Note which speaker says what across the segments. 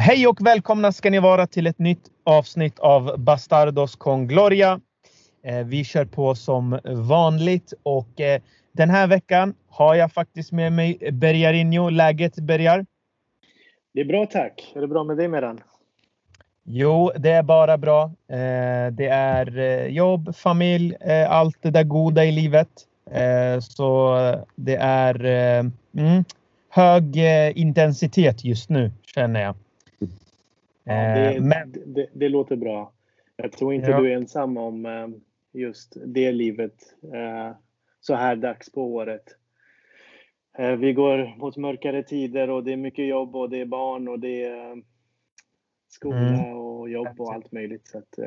Speaker 1: Hej och välkomna ska ni vara till ett nytt avsnitt av Bastardos con Gloria. Vi kör på som vanligt och den här veckan har jag faktiskt med mig Bergarinho. Läget, Bergar?
Speaker 2: Det är bra, tack. Är det bra med dig, Meran?
Speaker 1: Jo, det är bara bra. Det är jobb, familj, allt det där goda i livet. Så det är hög intensitet just nu, känner jag.
Speaker 2: Ja, det låter bra. Jag tror inte du är ensam om just det livet så här dags på året. Vi går mot mörkare tider och det är mycket jobb och det är barn och det är skola och jobb och allt möjligt. Så att,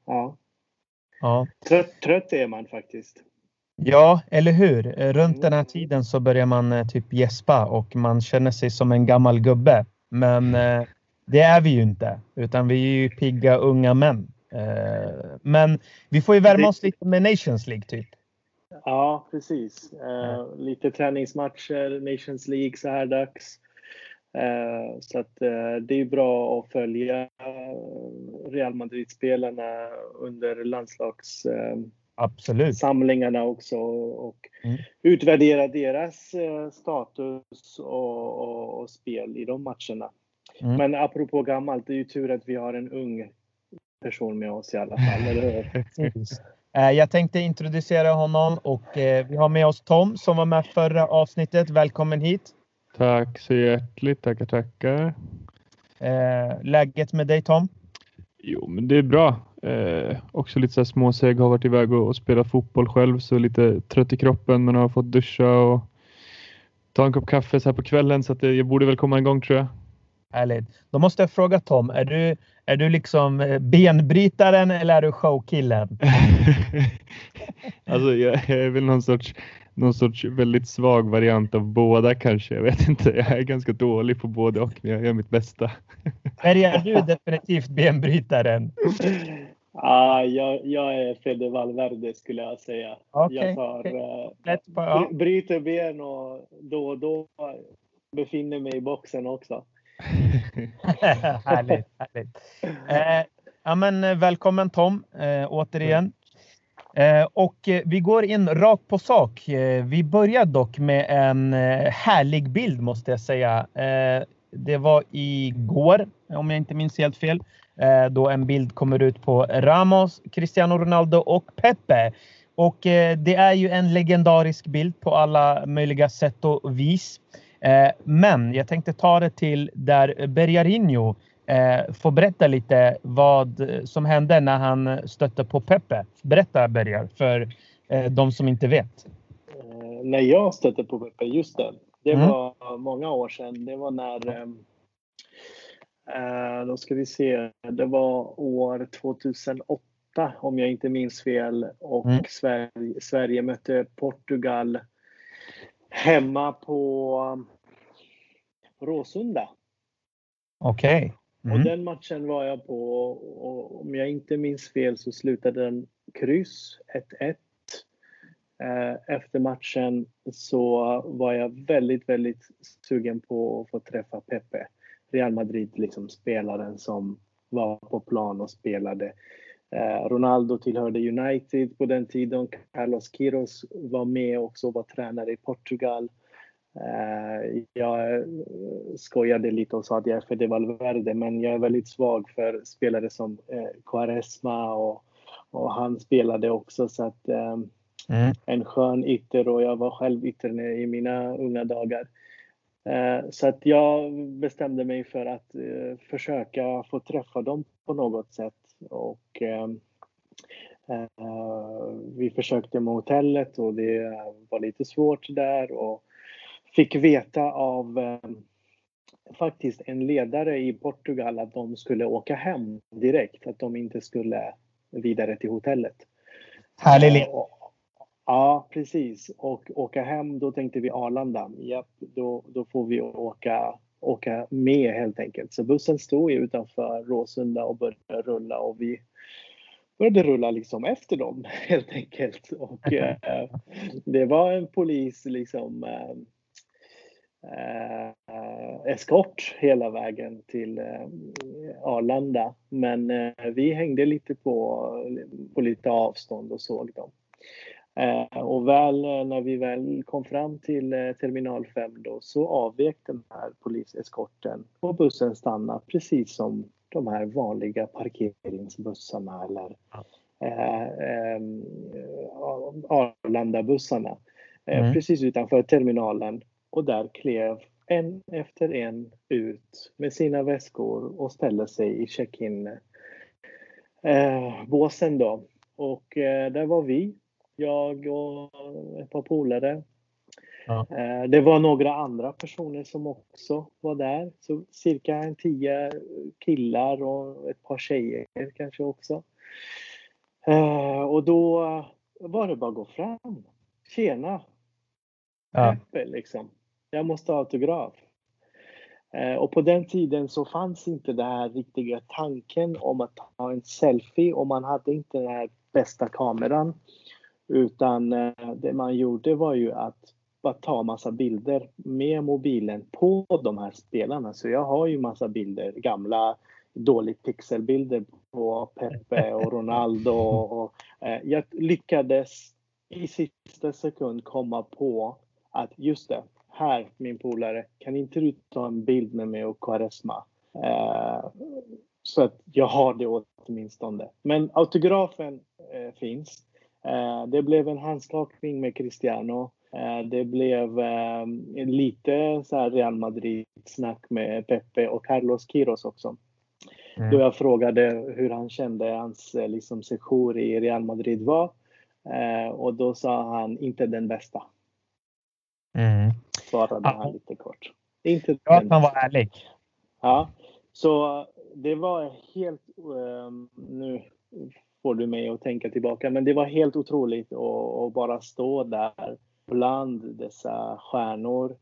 Speaker 2: ja. Trött är man faktiskt.
Speaker 1: Ja, eller hur? Runt den här tiden så börjar man typ gäspa och man känner sig som en gammal gubbe. Men det är vi ju inte, utan vi är ju pigga unga män. Men vi får ju värma oss lite med Nations League typ.
Speaker 2: Ja, precis. Lite träningsmatcher, Nations League så här dags. Så att det är bra att följa Real Madrid-spelarna under landslagssamlingarna också och utvärdera deras status och spel i de matcherna. Men apropå gammalt, det är ju tur att vi har en ung person med oss i alla fall, eller hur?
Speaker 1: Jag tänkte introducera honom och vi har med oss Tom som var med förra avsnittet. Välkommen hit.
Speaker 3: Tack så hjärtligt, tackar.
Speaker 1: Läget med dig, Tom?
Speaker 3: Jo, men det är bra. Också lite så här småseg, har varit iväg och spelat fotboll själv, så lite trött i kroppen, men har fått duscha och ta en kopp kaffe så här på kvällen, så att jag borde väl komma igång, tror jag.
Speaker 1: Härligt. Då måste jag fråga Tom, är du liksom benbrytaren eller är du showkillen?
Speaker 3: Alltså jag är väl någon sorts väldigt svag variant av båda kanske. Jag vet inte, jag är ganska dålig på både och, men jag gör mitt bästa.
Speaker 1: Är du definitivt benbrytaren?
Speaker 2: Jag är Fede Valverde, skulle jag säga.
Speaker 1: Okay,
Speaker 2: jag bryter ben och då befinner mig i boxen också.
Speaker 1: Härligt. Men välkommen Tom, återigen. Och vi går in rakt på sak. Vi börjar dock med en härlig bild, måste jag säga. Det var igår, om jag inte minns helt fel, då en bild kommer ut på Ramos, Cristiano Ronaldo och Pepe. Och det är ju en legendarisk bild på alla möjliga sätt och vis. Men jag tänkte ta det till där Bergarinho får berätta lite vad som hände när han stötte på Pepe. Berätta, Bergar, för de som inte vet.
Speaker 2: När jag stötte på Pepe, just det var många år sedan. Det var när, då ska vi se, det var år 2008 om jag inte minns fel. Och Sverige mötte Portugal hemma på Råsunda.
Speaker 1: Okej.
Speaker 2: Och den matchen var jag på, och om jag inte minns fel så slutade den kryss 1-1. Efter matchen så var jag väldigt, väldigt sugen på att få träffa Pepe. Real Madrid, liksom spelaren som var på plan och spelade. Ronaldo tillhörde United på den tiden. Carlos Queiroz var med också och var tränare i Portugal. Jag skojade lite och sa att jag är Fede Valverde, men jag är väldigt svag för spelare som Quaresma och han spelade också, så att en skön ytter, och jag var själv ytter i mina unga dagar. Så att jag bestämde mig för att försöka få träffa dem på något sätt, och vi försökte med hotellet och det var lite svårt där, och fick veta av faktiskt en ledare i Portugal att de skulle åka hem direkt, att de inte skulle vidare till hotellet.
Speaker 1: Härligt.
Speaker 2: Ja, precis. Och åka hem, då tänkte vi Arlanda. Ja, då får vi åka med helt enkelt. Så bussen stod ju utanför Råsunda och började rulla, och vi började rulla liksom efter dem helt enkelt. Och det var en polis liksom eskort hela vägen till Arlanda. Men vi hängde lite på lite avstånd och såg dem. Och när vi väl kom fram till terminal 5 då, så avvek den här poliseskorten och bussen stannade precis som de här vanliga parkeringsbussarna eller Arlanda-bussarna. Precis utanför terminalen, och där klev en efter en ut med sina väskor och ställde sig i check-in båsen då. Och där var vi, jag och ett par polare.
Speaker 1: Ja.
Speaker 2: Det var några andra personer som också var där. Så cirka 10 killar och ett par tjejer kanske också. Och då var det bara att gå fram. Tjena! Peppe, liksom. Jag måste ha autograf. Och på den tiden så fanns inte den här riktiga tanken om att ta en selfie, och man hade inte den här bästa kameran. Utan det man gjorde var ju att bara ta massa bilder med mobilen på de här spelarna. Så jag har ju massa bilder, gamla dåligt pixelbilder på Pepe och Ronaldo. Och jag lyckades i sista sekund komma på att just det, här min polare, kan inte du ta en bild med mig och Quaresma? Så att jag har det åtminstone. Men autografen finns. Det blev en handskakning med Cristiano. Det blev lite så här Real Madrid-snack med Pepe och Carlos Queiroz också. Då jag frågade hur han kände hans liksom, sejour i Real Madrid var. Och då sa han, inte den bästa. Svarade han lite kort. Inte
Speaker 1: ja, att han var ärlig.
Speaker 2: Ja, så det var helt... nu får du mig att tänka tillbaka. Men det var helt otroligt att bara stå där bland dessa stjärnor.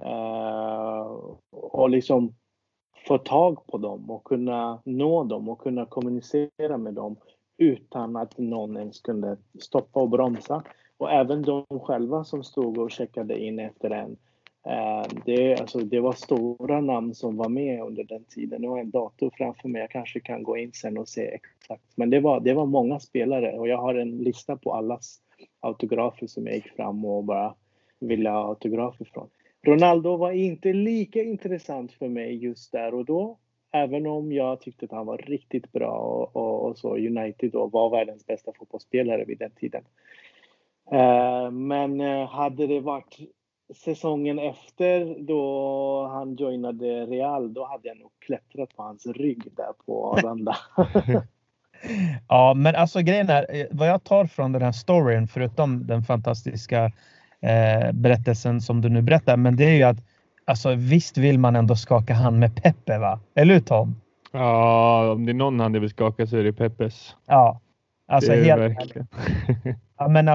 Speaker 2: Och liksom få tag på dem och kunna nå dem och kunna kommunicera med dem utan att någon ens kunde stoppa och bromsa. Och även de själva som stod och checkade in efter en. Det var stora namn som var med under den tiden. Nu har jag en dator framför mig. Jag kanske kan gå in sen och se exakt. Men det var många spelare. Och jag har en lista på allas autografer som jag gick fram och bara ville ha autografer från. Ronaldo var inte lika intressant för mig just där och då. Även om jag tyckte att han var riktigt bra och så United då var världens bästa fotbollsspelare vid den tiden. Men hade det varit säsongen efter då han joinade Real, då hade jag nog klättrat på hans rygg där på Arlanda.
Speaker 1: Ja, men alltså grejen är, vad jag tar från den här storyn, förutom den fantastiska berättelsen som du nu berättar, men det är ju att alltså, visst vill man ändå skaka hand med Pepe, va? Eller hur, Tom?
Speaker 3: Ja, om det är någon hand jag vill skaka så är det Peppes.
Speaker 1: Ja, alltså
Speaker 3: det är
Speaker 1: helt
Speaker 3: verkligen.
Speaker 1: Jag menar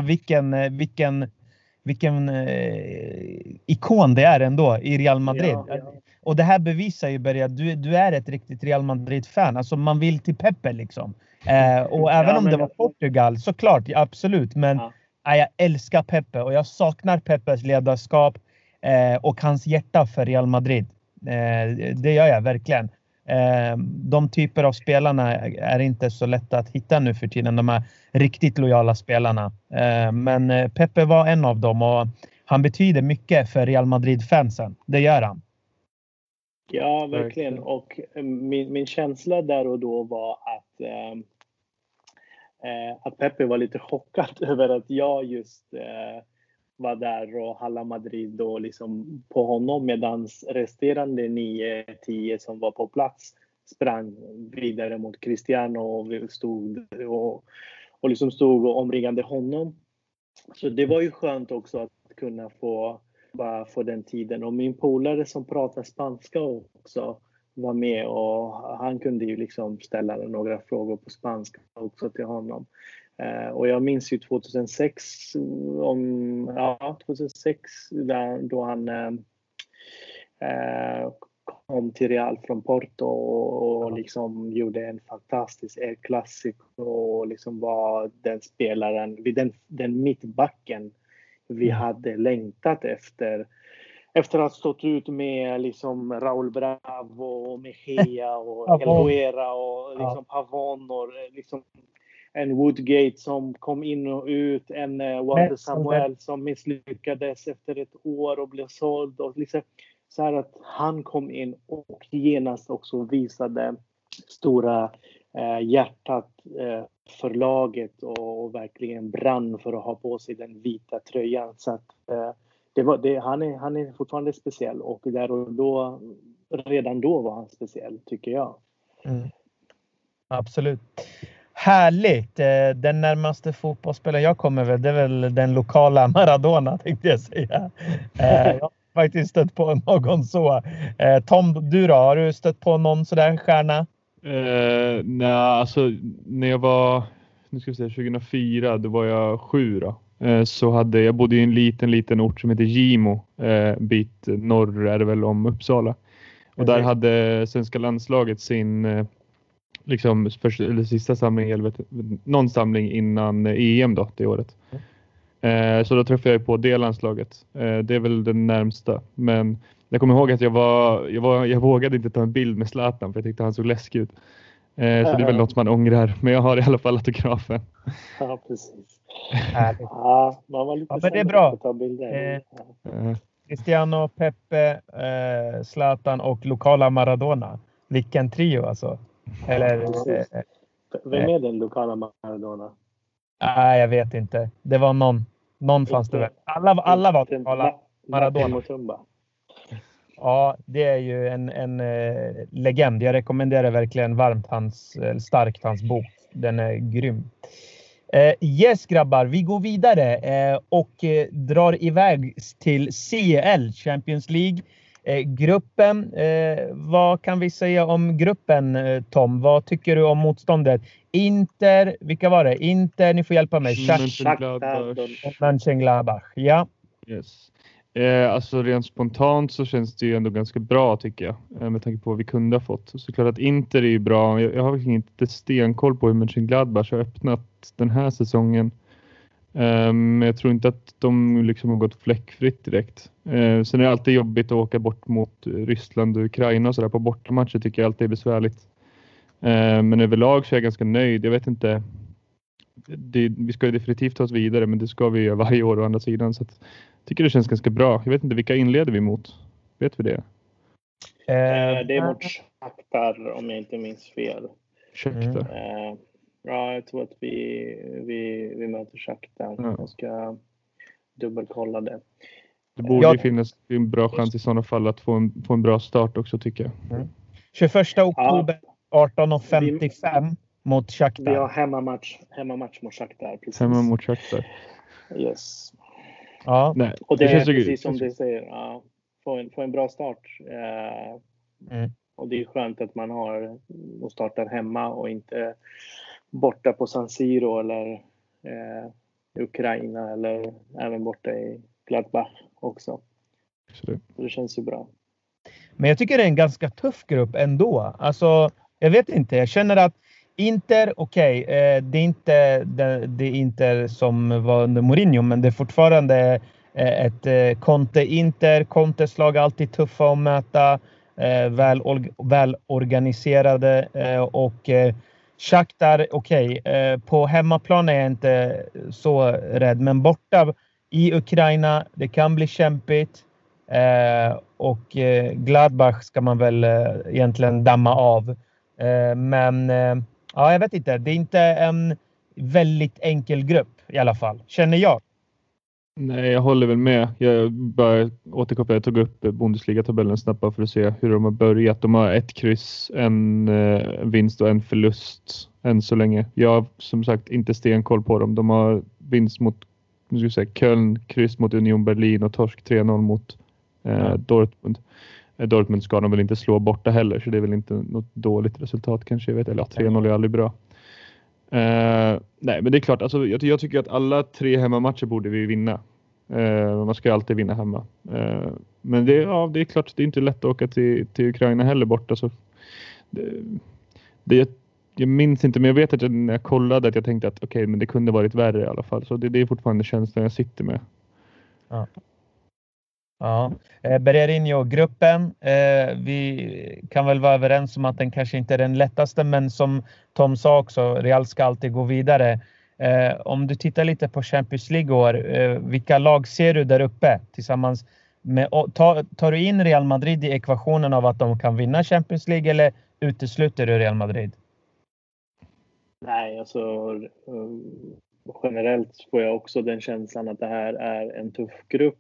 Speaker 1: vilken ikon det är ändå i Real Madrid. Ja. Och det här bevisar ju bara att du är ett riktigt Real Madrid-fan. Alltså man vill till Pepe liksom. Och även om det var Portugal, såklart, ja, absolut. Men jag älskar Pepe och jag saknar Pepes ledarskap och hans hjärta för Real Madrid. Det gör jag verkligen. De typer av spelarna är inte så lätta att hitta nu för tiden. De här riktigt lojala spelarna. Men Pepe var en av dem och han betyder mycket för Real Madrid-fansen. Det gör han.
Speaker 2: Ja, verkligen. Och min känsla där och då var att Pepe var lite chockad över att jag just var där och halla Madrid och liksom på honom, medan resterande 9-10 som var på plats sprang vidare mot Cristiano och stod och omringade honom. Så det var ju skönt också att kunna få den tiden. Och min polare som pratar spanska också var med och han kunde ju liksom ställa några frågor på spanska också till honom. Och jag minns ju 2006 då han kom till Real från Porto och liksom gjorde en fantastisk El Clasico och liksom var den spelaren vid den mittbacken vi hade längtat efter efter att ha stått ut med liksom Raúl Bravo och Mejia och El Guera och liksom Pavón och liksom en Woodgate som kom in och ut, en Walter Samuel som misslyckades efter ett år och blev såld och liksom så här att han kom in och genast också visade stora hjärtat för laget och verkligen brann för att ha på sig den vita tröjan. Så att han är fortfarande speciell och där och då, redan då var han speciell tycker jag.
Speaker 1: Absolut. Härligt. Den närmaste fotbollsspelaren jag kommer väl, det är väl den lokala Maradona tänkte jag säga. Jag har faktiskt stött på någon så. Tom, du då? Har du stött på någon sådär stjärna?
Speaker 3: Nej, alltså när jag var, nu ska vi se, 2004, då var jag 7 då. Så jag bodde i en liten ort som heter Gimo, bit norr är det väl om Uppsala. Och där hade svenska landslaget sin liksom sista samling, någon samling innan EM då det året. Så då träffade jag på det landslaget. Det är väl den närmsta. Men jag kommer ihåg att jag vågade inte ta en bild med Zlatan för jag tyckte han såg läskig ut. Så det är väl något man ångrar. Men jag har i alla fall autografen.
Speaker 2: Ja, precis.
Speaker 1: Ja,
Speaker 2: man var lite
Speaker 1: men det är bra.
Speaker 2: Att ta bilder.
Speaker 1: Cristiano, Pepe, Zlatan och lokala Maradona. Vilken trio alltså. Eller,
Speaker 2: vem är den lokala Maradona?
Speaker 1: Nej, jag vet inte. Det var någon fanns det väl. Alla var lokala Maradona. Ja, det är ju en legend. Jag rekommenderar verkligen varmt starkt hans bok. Den är grym. Yes grabbar, vi går vidare och drar iväg till CL, Champions League. Gruppen, vad kan vi säga om gruppen, Tom? Vad tycker du om motståndet? Inter, vilka var det? Inter, ni får hjälpa mig. Mönchengladbach, ja.
Speaker 3: Yes. Alltså rent spontant så känns det ju ändå ganska bra tycker jag. Med tanke på vad vi kunde ha fått. Så klart att Inter är ju bra. Jag har inte stenkoll på hur Mönchengladbach har öppnat den här säsongen. Men jag tror inte att de liksom har gått fläckfritt direkt. Sen är det alltid jobbigt att åka bort mot Ryssland och Ukraina och sådär på bortamatcher tycker jag alltid är besvärligt. Men överlag så är jag ganska nöjd. Jag vet inte. Vi ska ju definitivt ta oss vidare men det ska vi göra varje år å andra sidan. Så att, jag tycker det känns ganska bra. Jag vet inte vilka inleder vi mot. Vet vi det?
Speaker 2: Det är mot Shakhtar om jag inte minns fel.
Speaker 3: Shakhtar.
Speaker 2: Ja, jag tror att vi möter Shakhtar. Jag ska dubbelkolla det.
Speaker 3: Det borde ju finnas en bra chans i sådana fall att få en bra start också tycker jag.
Speaker 1: 21 oktober 18:55 mot Shakhtar.
Speaker 2: Vi har hemmamatch mot Shakhtar. Precis.
Speaker 3: Hemma mot Shakhtar.
Speaker 2: Yes.
Speaker 1: Ja.
Speaker 3: Nej,
Speaker 2: och det är precis som du säger. Ja, få en bra start. Och det är skönt att man har och startar hemma och inte borta på San Siro eller Ukraina eller även borta i Gladbach också. Så det känns ju bra.
Speaker 1: Men jag tycker det är en ganska tuff grupp ändå. Alltså, jag vet inte. Jag känner att Inter, det är inte som var under Mourinho, men det är fortfarande ett Contes lag alltid tuffa att möta, väl organiserade och Shakhtar, på hemmaplan är jag inte så rädd, men borta i Ukraina, det kan bli kämpigt. Och Gladbach ska man väl egentligen damma av. Men ja, jag vet inte. Det är inte en väldigt enkel grupp i alla fall, känner jag.
Speaker 3: Nej, jag håller väl med. Jag bara återkopplar. Jag tog upp Bundesliga-tabellen snabbt för att se hur de har börjat. De har 1 kryss, en vinst och en förlust än så länge. Jag har som sagt inte stenkoll på dem. De har vinst mot Köln, kryss mot Union Berlin och torsk 3-0 mot Dortmund. Dortmund ska de väl inte slå borta heller, så det är väl inte något dåligt resultat kanske. Jag vet, eller 3-0 är aldrig bra. Nej, men det är klart, alltså, jag tycker att alla 3 hemmamatcher borde vi vinna. Man ska ju alltid vinna hemma. Men det är klart, det är inte lätt att åka till Ukraina heller borta. Så jag minns inte, men jag vet att när jag kollade att jag tänkte att men det kunde varit värre i alla fall. Så det är fortfarande känslan jag sitter med.
Speaker 1: Ja. Ja, Bererinho-gruppen. Vi kan väl vara överens om att den kanske inte är den lättaste, men som Tom sa också, Real ska alltid gå vidare. Om du tittar lite på Champions League år, vilka lag ser du där uppe tillsammans med, tar du in Real Madrid i ekvationen av att de kan vinna Champions League, eller utesluter du Real Madrid?
Speaker 2: Nej, alltså generellt får jag också den känslan att det här är en tuff grupp.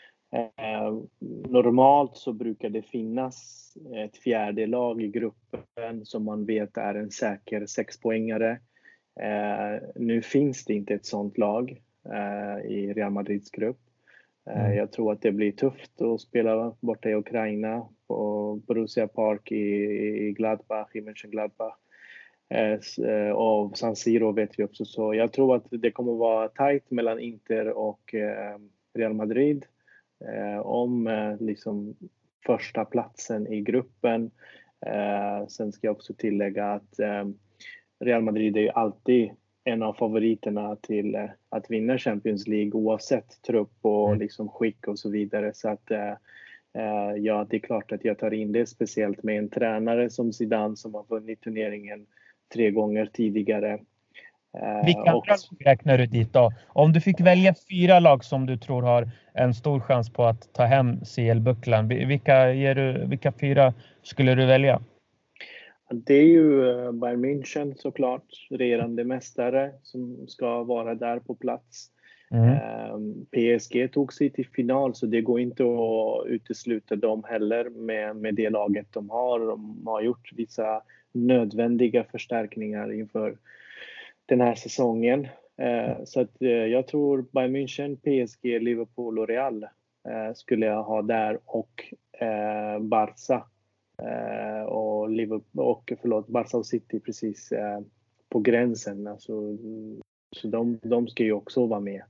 Speaker 2: Normalt så brukar det finnas ett fjärde lag i gruppen som man vet är en säker 6-poängare. Nu finns det inte ett sånt lag i Real Madrids grupp. Jag tror att det blir tufft att spela borta i Ukraina på Borussia Park i Gladbach, i Mönchengladbach. Och San Siro vet vi också. Så jag tror att det kommer vara tajt mellan Inter och Real Madrid om liksom första platsen i gruppen. Sen ska jag också tillägga att Real Madrid är ju alltid en av favoriterna till att vinna Champions League oavsett trupp och liksom skick och så vidare. Så att ja, det är klart att jag tar in det, speciellt med en tränare som Zidane som har vunnit turneringen 3 gånger tidigare.
Speaker 1: Vilka andra lag räknar du dit då? Om du fick välja 4 lag som du tror har en stor chans på att ta hem CL-bucklan, vilka 4 skulle du välja?
Speaker 2: Det är ju Bayern München såklart, regerande mästare som ska vara där på plats. PSG tog sig till final, så det går inte att utesluta dem heller med det laget de har. De har gjort vissa nödvändiga förstärkningar inför den här säsongen. Så att jag tror Bayern München, PSG, Liverpool och Real skulle jag ha där, och Barca och Barca och City precis på gränsen. Alltså, så de ska ju också vara med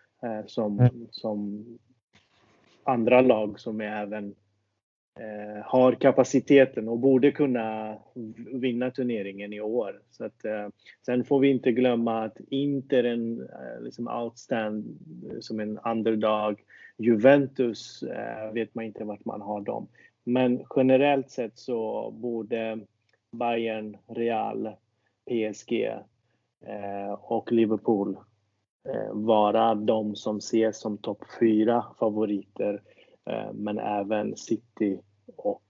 Speaker 2: som andra lag som även har kapaciteten och borde kunna vinna turneringen i år. Så att, sen får vi inte glömma att Inter en liksom outstand som en underdog. Juventus vet man inte vart man har dem. Men generellt sett så borde Bayern, Real, PSG och Liverpool vara de som ses som topp 4 favoriter. Men även City och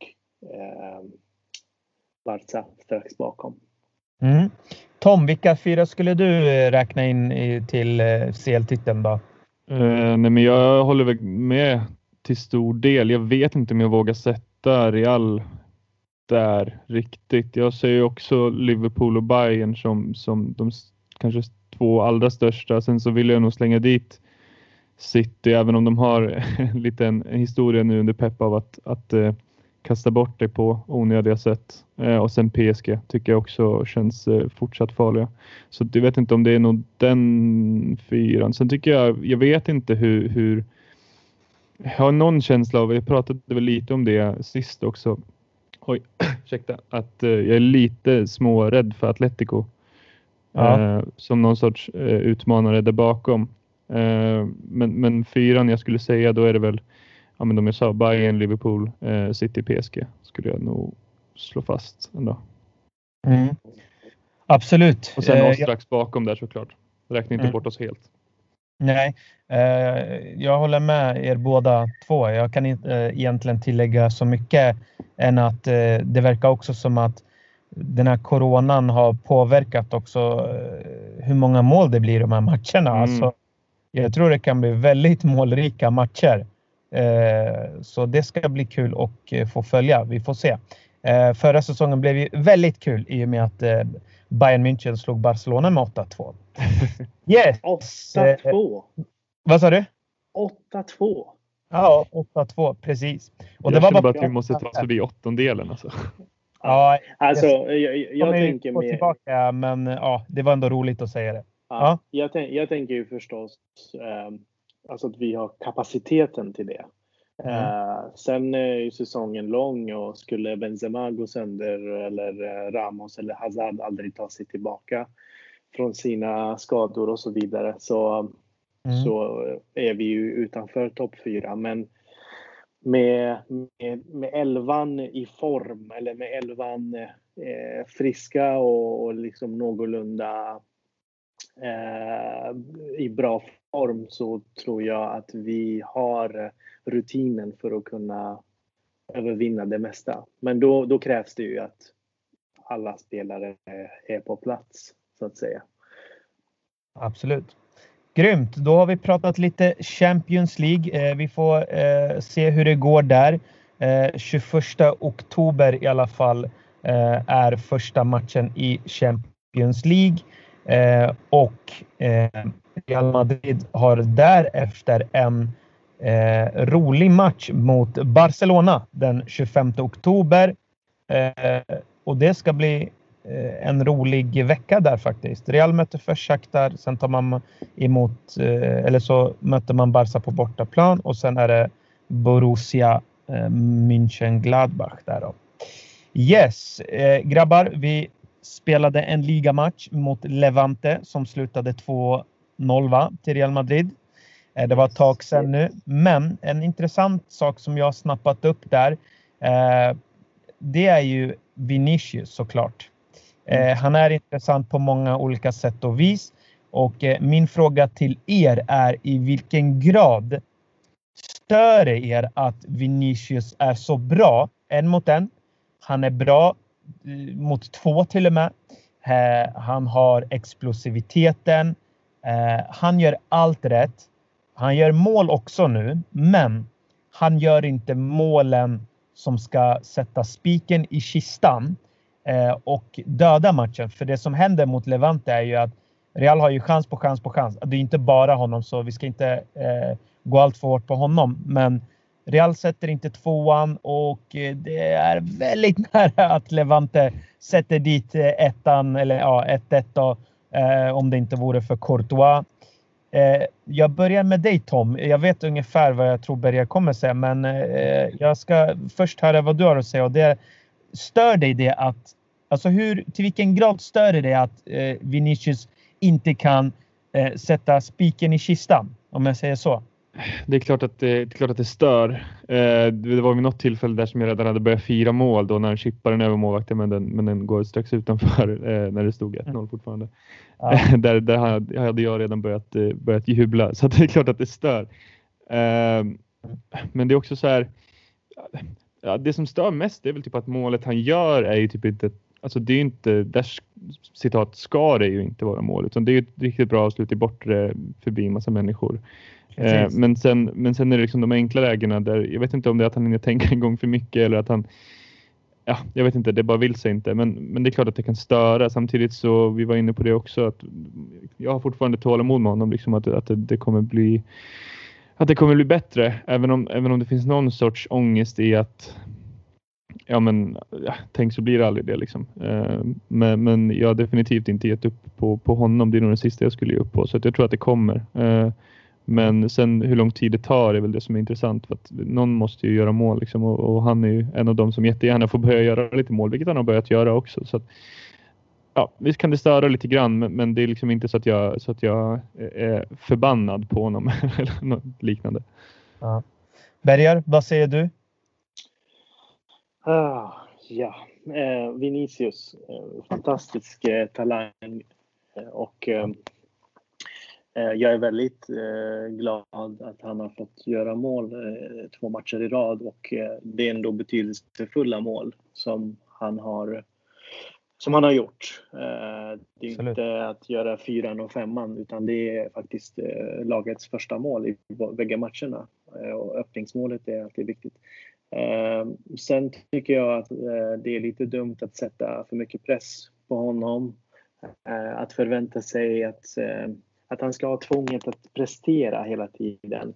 Speaker 2: Barca strax bakom.
Speaker 1: Tom, vilka 4 skulle du räkna in till CL-titeln då?
Speaker 3: Nej, men jag håller väl med till stor del. Jag vet inte om jag vågar sätta Real där riktigt. Jag ser ju också Liverpool och Bayern som de kanske 2 allra största. Sen så vill jag nog slänga dit City, även om de har en liten historia nu under Pep av att kasta bort det på onödiga sätt. Och sen PSG tycker jag också känns fortsatt farliga. Så jag vet inte om det är nog den 4. Sen tycker jag vet inte hur jag har någon känsla av, jag pratade väl lite om det sist också. Ursäkta, att jag är lite smårädd för Atletico. Som någon sorts utmanare där bakom. Men 4 jag skulle säga, då är det väl, ja, men de jag sa, Bayern, Liverpool, City, PSG skulle jag nog slå fast ändå.
Speaker 1: Absolut.
Speaker 3: Och sen oss strax bakom där såklart. Räkna inte bort oss helt.
Speaker 1: Nej, jag håller med er båda 2. Jag kan inte egentligen tillägga så mycket än att det verkar också som att den här coronan har påverkat också hur många mål det blir i de här matcherna. Alltså, jag tror det kan bli väldigt målrika matcher. Så det ska bli kul att få följa. Vi får se. Förra säsongen blev ju väldigt kul i och med att Bayern München slog Barcelona med 8-2. Yes!
Speaker 2: 8-2.
Speaker 1: Vad sa du?
Speaker 2: 8-2.
Speaker 1: Ja, 8-2, precis.
Speaker 3: Och det var bara att vi måste ta oss förbi 8-delen alltså.
Speaker 2: Ja, alltså jag tänker
Speaker 1: mer tillbaka, men ja, det var ändå roligt att säga det.
Speaker 2: Ja. Jag tänker ju förstås alltså att vi har kapaciteten till det. Sen är ju säsongen lång, och skulle Benzema gå sönder eller Ramos eller Hazard aldrig ta sig tillbaka från sina skador och så vidare, så är vi ju utanför topp 4. Men med elvan i form eller med elvan friska och liksom någorlunda i bra form, så tror jag att vi har rutinen för att kunna övervinna det mesta. Men då krävs det ju att alla spelare är på plats, så att säga.
Speaker 1: Absolut. Grymt. Då har vi pratat lite Champions League. Vi får se hur det går där. 21 oktober i alla fall är första matchen i Champions League. Och Real Madrid har därefter en rolig match mot Barcelona den 25 oktober. Och det ska bli en rolig vecka där faktiskt. Real möter först Shakhtar, sen tar man emot, eller så möter man Barca på bortaplan, och sen är det Borussia Mönchengladbach där då. Yes, grabbar, vi spelade en ligamatch mot Levante som slutade 2-0 till Real Madrid. Det var ett tag sedan nu, men en intressant sak som jag har snappat upp där, det är ju Vinicius såklart. Han är intressant på många olika sätt och vis. Och min fråga till er är: i vilken grad stör det er att Vinicius är så bra 1 mot 1? Han är bra mot 2 till och med. Han har explosiviteten. Han gör allt rätt. Han gör mål också nu, men han gör inte målen som ska sätta spiken i kistan och döda matchen. För det som händer mot Levante är ju att Real har ju chans på chans på chans. Det är inte bara honom, så vi ska inte gå allt för hårt på honom. Men Real sätter inte 2:an, och det är väldigt nära att Levante sätter dit 1:an, eller 1-1 då, om det inte vore för Courtois. Jag börjar med dig, Tom. Jag vet ungefär vad jag tror Berger kommer säga, men jag ska först höra vad du har att säga. Och det stör dig det att, alltså till vilken grad stör det att Vinicius inte kan sätta spiken i kistan, om jag säger så?
Speaker 3: Det är klart att det stör. Det var vid något tillfälle där som jag redan hade börjat fira mål då, när han chippade den över målvakten, men den går strax utanför när det stod 1-0 fortfarande. Ja. där hade jag redan börjat jubla, så det är klart att det stör. Men det är också så här, det som stör mest är väl typ att målet han gör är ju typ inte, alltså det är inte, där citat ska det ju inte vara mål, utan det är ju ett riktigt bra avslut i bortre förbi en massa människor. Men sen är det liksom de enkla lägena där, jag vet inte om det är att han inte tänker en gång för mycket, eller att han, jag vet inte, det bara vill sig inte, men det är klart att det kan störa. Samtidigt så, vi var inne på det också, att jag har fortfarande tålamod med honom, liksom att det kommer bli, att det kommer bli bättre, även om det finns någon sorts ångest i att tänk så blir det aldrig det liksom. Men jag har definitivt inte gett upp på honom. Det är nog det sista jag skulle ge upp på, så att jag tror att det kommer. Men sen hur lång tid det tar är väl det som är intressant, för att någon måste ju göra mål liksom, och han är ju en av dem som jättegärna får börja göra lite mål, vilket han har börjat göra också. Så att, visst kan det störa lite grann, men det är liksom inte så att jag är förbannad på honom eller något liknande.
Speaker 1: Ja. Berger, vad säger du?
Speaker 2: Vinicius, fantastisk talang, och jag är väldigt glad att han har fått göra mål 2 matcher i rad, och det är ändå betydelsefulla mål som han har gjort. Det är inte att göra 4:an och 5:an, utan det är faktiskt lagets första mål i bägge matcherna, och öppningsmålet är alltid viktigt. Sen tycker jag att det är lite dumt att sätta för mycket press på honom, att förvänta sig att han ska ha tvånget att prestera hela tiden.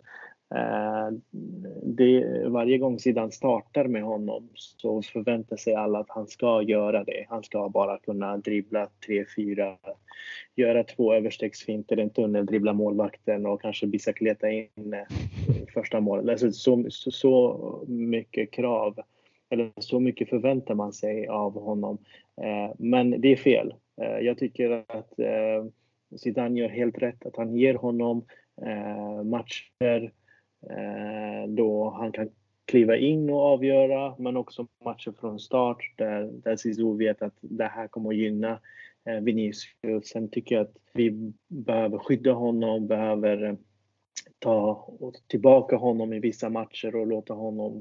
Speaker 2: Varje gång sidan startar med honom så förväntar sig alla att han ska göra det. Han ska bara kunna dribbla 3-4, göra 2 överstegsfinter, en tunnel, dribbla målvakten och kanske bicicleta in första målet. Alltså så mycket krav, eller så mycket förväntar man sig av honom. Men det är fel. Jag tycker att Zidane gör helt rätt, att han ger honom matcher då han kan kliva in och avgöra, men också matcher från start där Zizou vet att det här kommer att gynna Vinicius. Sen tycker jag att vi behöver skydda honom, behöver ta tillbaka honom i vissa matcher och låta honom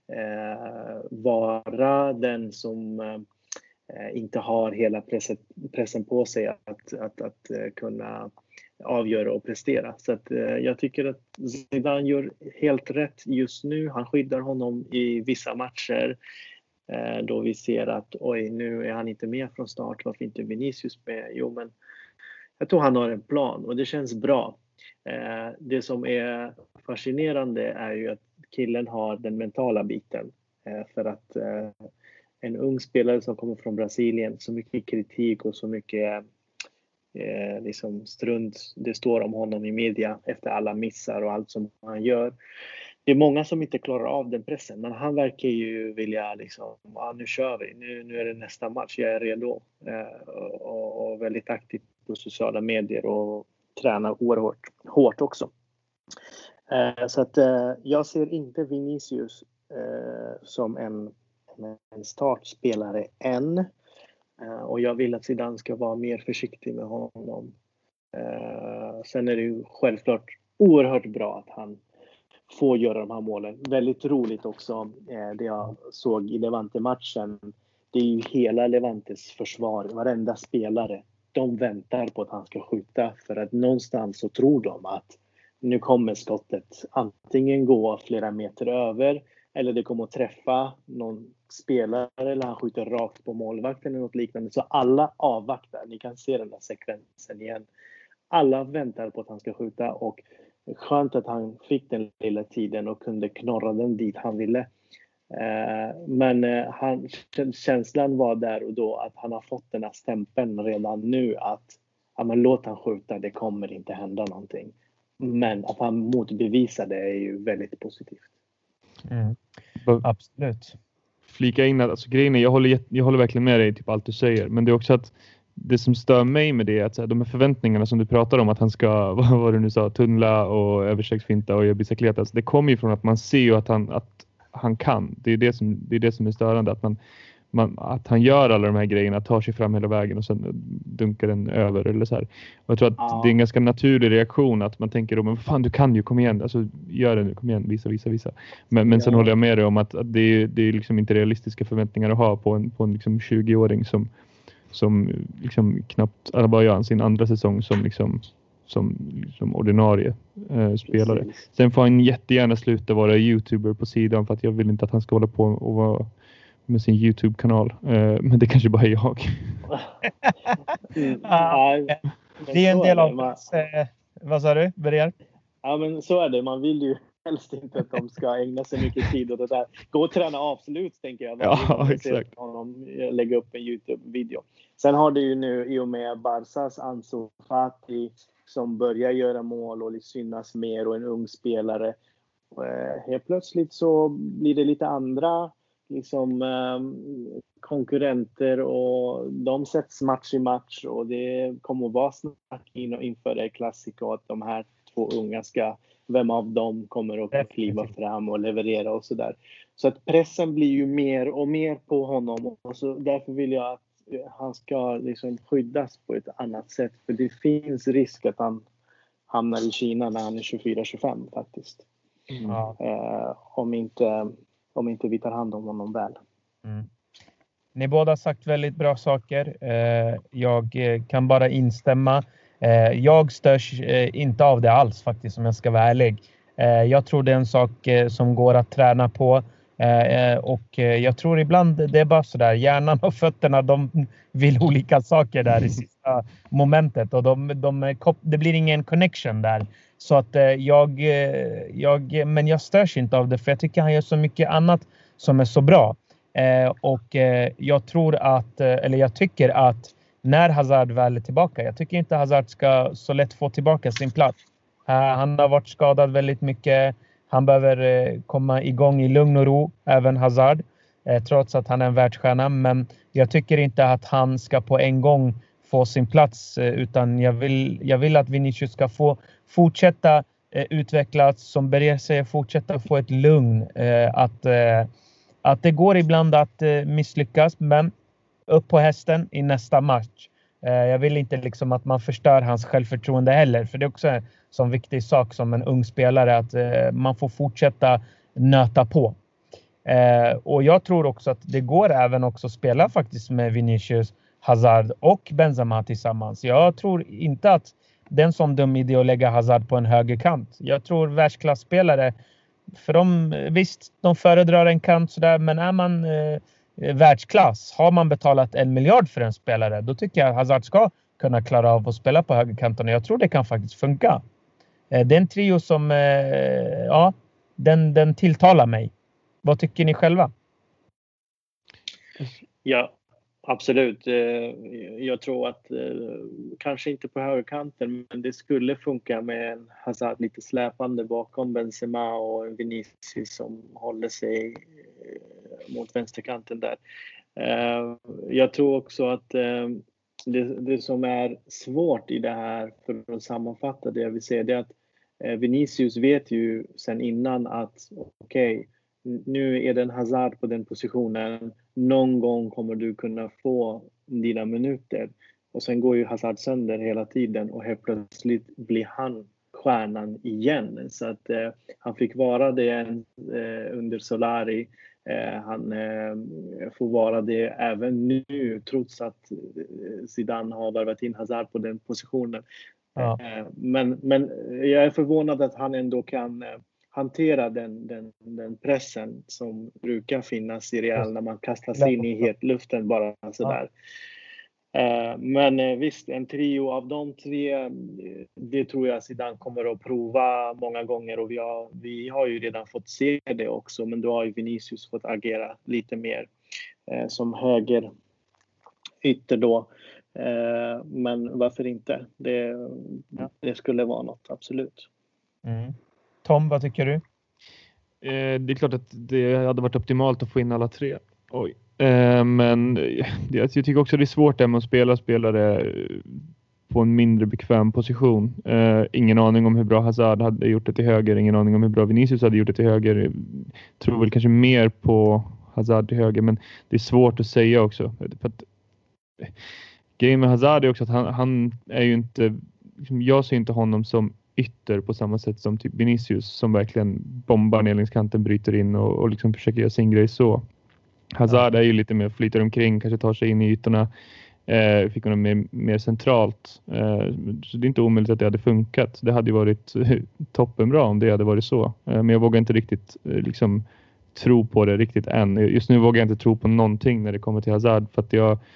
Speaker 2: vara den som inte har hela pressen på sig att kunna avgöra och prestera. Så att jag tycker att Zidane gör helt rätt just nu. Han skyddar honom i vissa matcher då vi ser att nu är han inte med från start. Varför inte Vinicius med? Jo, men jag tror han har en plan och det känns bra. Det som är fascinerande är ju att killen har den mentala biten. För att en ung spelare som kommer från Brasilien, så mycket kritik och så mycket liksom strunt det står om honom i media efter alla missar och allt som han gör. Det är många som inte klarar av den pressen, men han verkar ju vilja liksom, nu kör vi, nu är det nästa match, jag är redo. Och väldigt aktiv på sociala medier och tränar oerhört hårt också. Så att jag ser inte Vinicius som en startspelare än. Och jag vill att Zidane ska vara mer försiktig med honom. Sen är det ju självklart oerhört bra att han får göra de här målen. Väldigt roligt också det jag såg i Levante-matchen. Det är ju hela Levantes försvar, varenda spelare. De väntar på att han ska skjuta för att någonstans så tror de att nu kommer skottet antingen gå flera meter över eller det kommer att träffa någon spelare eller han skjuter rakt på målvakten eller något liknande. Så alla avvaktar. Ni kan se den där sekvensen igen. Alla väntar på att han ska skjuta och skönt att han fick den lilla tiden och kunde knorra den dit han ville. Men känslan var där och då att han har fått den här stämpeln redan nu att låt han skjuta, det kommer inte hända någonting. Men att han motbevisar det är ju väldigt positivt.
Speaker 1: Absolut.
Speaker 3: Flika in att alltså, grejen är, jag håller verkligen med dig typ allt du säger, men det är också att det som stör mig med det är att så här, de här förväntningarna som du pratar om att han ska, vad du nu sa, tunnla och överstegsfinta och göra bicicleta, alltså, det kommer ju från att man ser ju att han kan. Det är det som är störande, att han gör alla de här grejerna, tar sig fram hela vägen och sen dunkar den över eller så här. Och jag tror att det är en ganska naturlig reaktion att man tänker då, men fan du kan ju, kom igen, alltså gör det nu, kom igen, visa. Men sen håller jag med dig om att det är liksom inte realistiska förväntningar att ha på en liksom 20-åring som liksom knappt, eller bara gör sin andra säsong som ordinarie spelare.
Speaker 2: Precis.
Speaker 3: Sen får han jättegärna sluta vara YouTuber på sidan för att jag vill inte att han ska hålla på och vara med sin YouTube-kanal. Men det kanske bara är jag.
Speaker 1: Det är en del av vad sa du? Börjar?
Speaker 2: Ja, men så är det. Man vill ju helst inte att de ska ägna sig mycket tid åt det där. Gå och träna avslut, tänker jag.
Speaker 3: Ja, exakt.
Speaker 2: Honom lägga upp en YouTube-video. Sen har det ju nu i och med Barsas Ansu Fati som börjar göra mål och synas mer och en ung spelare. Helt plötsligt så blir det lite andra liksom konkurrenter och de sätts match i match och det kommer att vara snack inför det Clasico att de här två unga vem av dem kommer att kliva fram och leverera och sådär. Så att pressen blir ju mer och mer på honom och så därför vill jag att han ska liksom skyddas på ett annat sätt för det finns risk att han hamnar i Kina när han är 24-25 faktiskt. Om inte vi tar hand om honom väl.
Speaker 1: Ni båda har sagt väldigt bra saker. Jag kan bara instämma. Jag störs inte av det alls faktiskt, om jag ska vara ärlig. Jag tror det är en sak som går att träna på. Och jag tror ibland det är bara sådär. Hjärnan och fötterna, de vill olika saker där i sista momentet. Och det blir ingen connection där. Så att men jag störs inte av det för jag tycker han gör så mycket annat som är så bra. Jag tycker att när Hazard väl är tillbaka, jag tycker inte Hazard ska så lätt få tillbaka sin plats. Han har varit skadad väldigt mycket. Han behöver komma igång i lugn och ro, även Hazard. Trots att han är en världsstjärna. Men jag tycker inte att han ska på en gång få sin plats. Utan jag vill att Vinicius ska få fortsätta utvecklats, som börjar sig fortsätta få ett lugn. Att det går ibland att misslyckas, men upp på hästen i nästa match. Jag vill inte liksom att man förstör hans självförtroende heller. För det är också en sån viktig sak som en ung spelare, att man får fortsätta nöta på. Och jag tror också att det går även också spela faktiskt med Vinicius, Hazard och Benzema tillsammans. Jag tror inte att det är en sån dum idé att lägga Hazard på en högerkant. Jag tror världsklasspelare, för visst, de föredrar en kant sådär, men är man världsklass, har man betalat 1 miljard för en spelare, då tycker jag att Hazard ska kunna klara av att spela på högerkanten. Och jag tror det kan faktiskt funka. Det är en trio som, den tilltalar mig. Vad tycker ni själva?
Speaker 2: Ja, absolut. Jag tror att kanske inte på högerkanten, men det skulle funka med en Hazard lite släpande bakom Benzema och en Vinicius som håller sig mot vänsterkanten där. Jag tror också att det som är svårt i det här, för att sammanfatta det jag vill säga, det är att Vinicius vet ju sen innan att okej, nu är det en Hazard på den positionen. Någon gång kommer du kunna få dina minuter. Och sen går ju Hazard sönder hela tiden och helt plötsligt blir han stjärnan igen. Så att han fick vara det under Solari. Han får vara det även nu, trots att Zidane har värvat in Hazard på den positionen. Ja. Men jag är förvånad att han ändå kan hantera den pressen som brukar finnas i Real när man kastas in i hetluften bara sådär. Men visst, en trio av de tre, det tror jag Zidane kommer att prova många gånger, och vi har ju redan fått se det också, men då har ju Vinicius fått agera lite mer som höger ytter då. Men varför inte? Det skulle vara något, absolut.
Speaker 1: Tom, vad tycker du?
Speaker 3: Det är klart att det hade varit optimalt att få in alla tre. Men jag tycker också det är svårt att spela spelare på en mindre bekväm position. Ingen aning om hur bra Hazard hade gjort det till höger. Ingen aning om hur bra Vinicius hade gjort det till höger. Tror väl kanske mer på Hazard till höger, men det är svårt att säga också. För att grejen med Hazard är också att han är ju inte, jag ser inte honom som ytter på samma sätt som typ Vinicius, som verkligen bombar nedlängskanten, bryter in och liksom försöker göra sin grej så. Hazard är ju lite mer flyter omkring, kanske tar sig in i ytorna, fick honom mer centralt. Så det är inte omöjligt att det hade funkat. Det hade ju varit toppenbra om det hade varit så. Men jag vågar inte riktigt liksom tro på det riktigt än. Just nu vågar jag inte tro på någonting när det kommer till Hazard, för att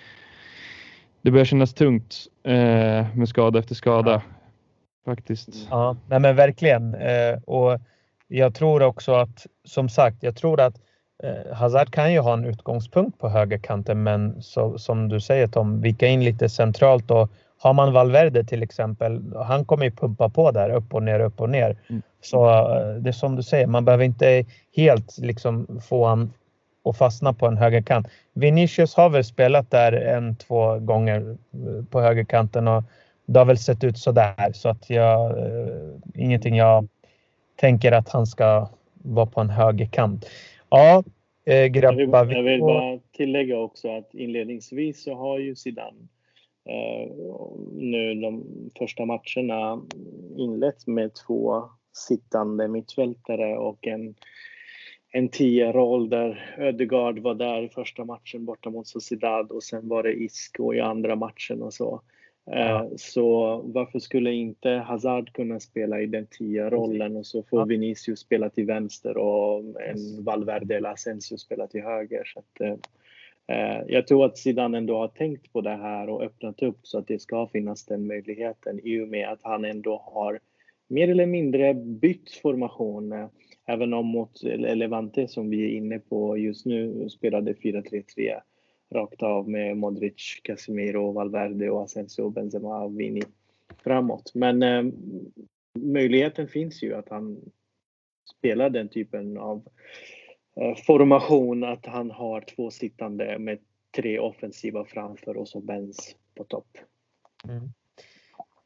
Speaker 3: det börjar kännas tungt med skada efter skada. Faktiskt.
Speaker 1: Ja, nej men verkligen. Och jag tror också att, som sagt, jag tror att Hazard kan ju ha en utgångspunkt på högerkanten, men som du säger Tom, vika in lite centralt, och har man Valverde till exempel, han kommer ju pumpa på där, upp och ner. Så det är som du säger, man behöver inte helt liksom få han att fastna på en högerkant. Vinicius har väl spelat där 1-2 gånger på högerkanten, och det har väl sett ut så där, så att ingenting jag tänker att han ska vara på en högerkant. Ja, grabbar.
Speaker 2: Jag vill bara tillägga också att inledningsvis så har ju Zidane nu de första matcherna inlett med 2 sittande mittfältare och en 10-roll där Ødegaard var där i första matchen borta mot Sociedad, och sen var det Isco i andra matchen och så. Så varför skulle inte Hazard kunna spela i den 10-rollen, och så får Vinicius spela till vänster och en Valverde eller Asensio spela till höger. Så att, jag tror att Zidane ändå har tänkt på det här och öppnat upp så att det ska finnas den möjligheten, i och med att han ändå har mer eller mindre bytt formation. Även om mot Levante, som vi är inne på just nu, spelade 4-3-3 rakt av med Modric, Casemiro, Valverde och Asensio, Benzema och Vini framåt. Men möjligheten finns ju att han spelar den typen av formation, att han har 2 sittande med 3 offensiva framför och så Benz på topp.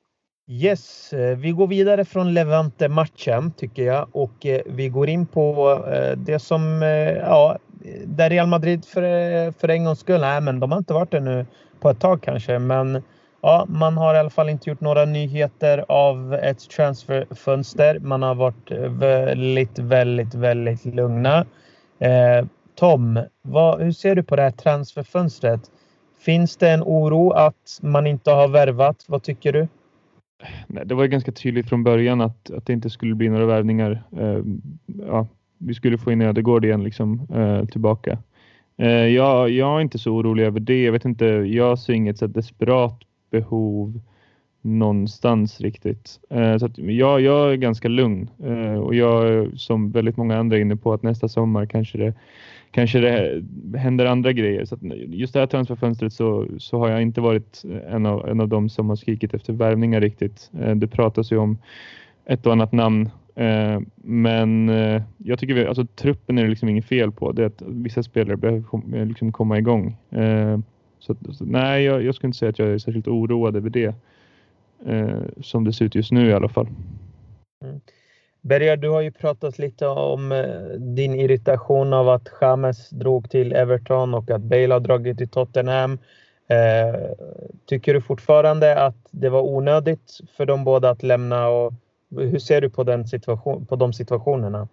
Speaker 1: Yes, vi går vidare från Levante-matchen tycker jag och vi går in på det som, där Real Madrid för en gångs skull, men de har inte varit det nu på ett tag kanske, men ja, man har i alla fall inte gjort några nyheter av ett transferfönster. Man har varit väldigt lugna. Tom, hur ser du på det här transferfönstret? Finns det en oro att man inte har värvat? Vad tycker du?
Speaker 3: Nej, det var ganska tydligt från början att det inte skulle bli några värvningar. Vi skulle få in Ödegård igen tillbaka. Jag är inte så orolig över det. Jag vet inte, jag ser inget så desperat behov någonstans riktigt. Så att jag är ganska lugn. Och jag, som väldigt många andra, är inne på att nästa sommar kanske det händer andra grejer. Så att just det här transferfönstret så har jag inte varit en av dem som har skrikit efter värvningar riktigt. Det pratas ju om ett och annat namn. Men jag tycker truppen är det inget fel på. Det är att vissa spelare behöver komma igång. Så nej, jag skulle inte säga att jag är särskilt oroad över det. Som det ser ut just nu i alla fall.
Speaker 1: Berger, du har ju pratat lite om din irritation av att James drog till Everton och att Bale har dragit till Tottenham. Tycker du fortfarande att det var onödigt för dem båda att lämna, och hur ser du på de situationerna?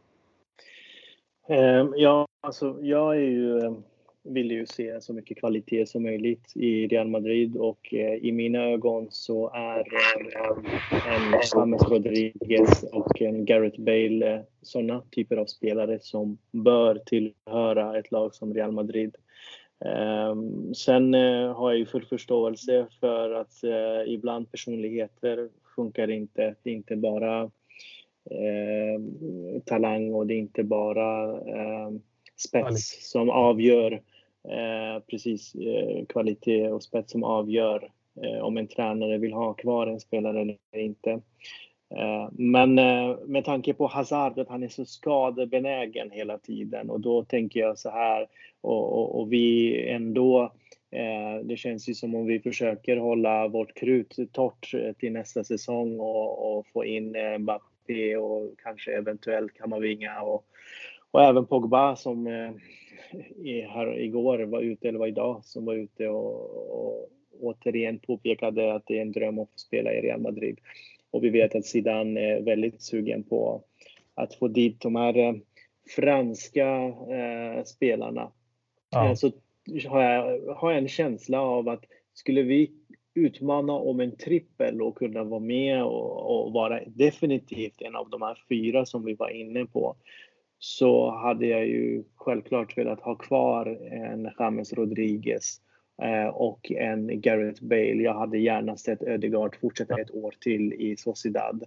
Speaker 2: Jag vill ju se så mycket kvalitet som möjligt i Real Madrid, och i mina ögon så är en James Rodriguez och en Gareth Bale sådana typer av spelare som bör tillhöra ett lag som Real Madrid. Sen har jag ju full förståelse för att ibland personligheter funkar inte. Det är inte bara talang och det är inte bara spets som avgör kvalitet och spets som avgör om en tränare vill ha kvar en spelare eller inte. Men med tanke på Hazard, att han är så skadebenägen hela tiden, och då tänker jag så här, och vi ändå, det känns ju som om vi försöker hålla vårt krut torrt till nästa säsong och få in Mbappé och kanske eventuellt Kamavinga och även Pogba som här igår var ute, eller var idag som var ute och återigen påpekade att det är en dröm att få spela i Real Madrid. Och vi vet att Zidane är väldigt sugen på att få dit de här franska spelarna. Så har jag en känsla av att skulle vi utmana om en trippel och kunna vara med och vara definitivt en av de här 4 som vi var inne på, så hade jag ju självklart velat ha kvar en James Rodriguez och en Gareth Bale. Jag hade gärna sett Ödegaard fortsätta ett år till i Sociedad.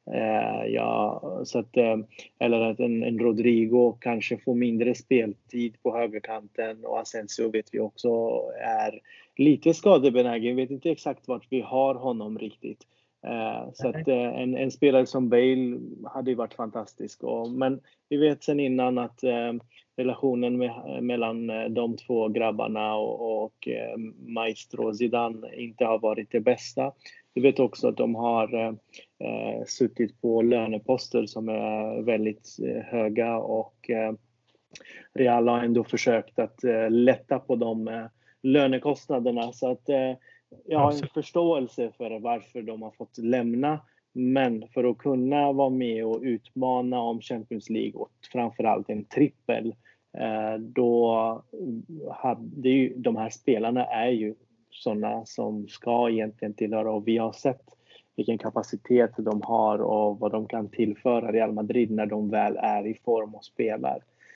Speaker 2: Eller att en Rodrigo kanske får mindre speltid på högerkanten, och Asensio vet vi också är lite skadebenägen. Vi vet inte exakt vart vi har honom riktigt. Så att en spelare som Bale hade ju varit fantastisk. Men vi vet sen innan att relationen mellan de två grabbarna och Maestro Zidane inte har varit det bästa. Vi vet också att de har suttit på löneposter som är väldigt höga, och Real har ändå försökt att lätta på de lönekostnaderna. Så att jag har en förståelse för varför de har fått lämna. Men för att kunna vara med och utmana om Champions League och framförallt en trippel, då hade ju de här spelarna är ju sådana som ska egentligen tillhöra, och vi har sett vilken kapacitet de har och vad de kan tillföra Real Madrid när de väl är i form och spelar.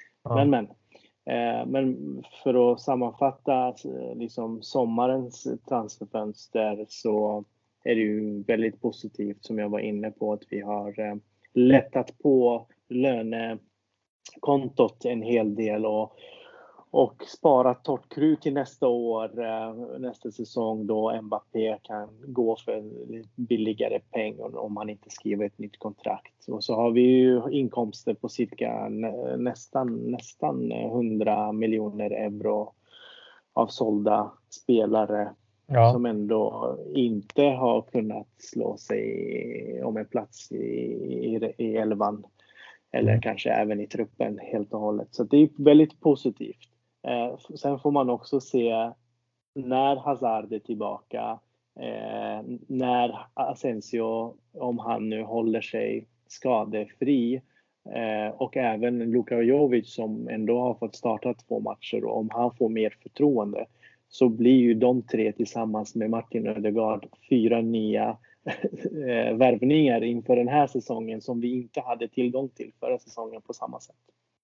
Speaker 2: Men för att sammanfatta sommarens transferfönster, så är det ju väldigt positivt, som jag var inne på, att vi har lättat på lönekontot en hel del och sparat torrt krut till nästa år, nästa säsong, då Mbappé kan gå för billigare pengar om han inte skriver ett nytt kontrakt. Och så har vi ju inkomster på cirka nästan 100 miljoner euro av sålda spelare som ändå inte har kunnat slå sig om en plats i elvan. Eller kanske även i truppen helt och hållet. Så det är väldigt positivt. Sen får man också se när Hazard är tillbaka. När Asensio, om han nu håller sig skadefri. Och även Luka Jovic som ändå har fått starta 2 matcher. Och om han får mer förtroende så blir ju de 3 tillsammans med Martin Ödegaard 4 nya värvningar inför den här säsongen som vi inte hade tillgång till förra säsongen på samma sätt.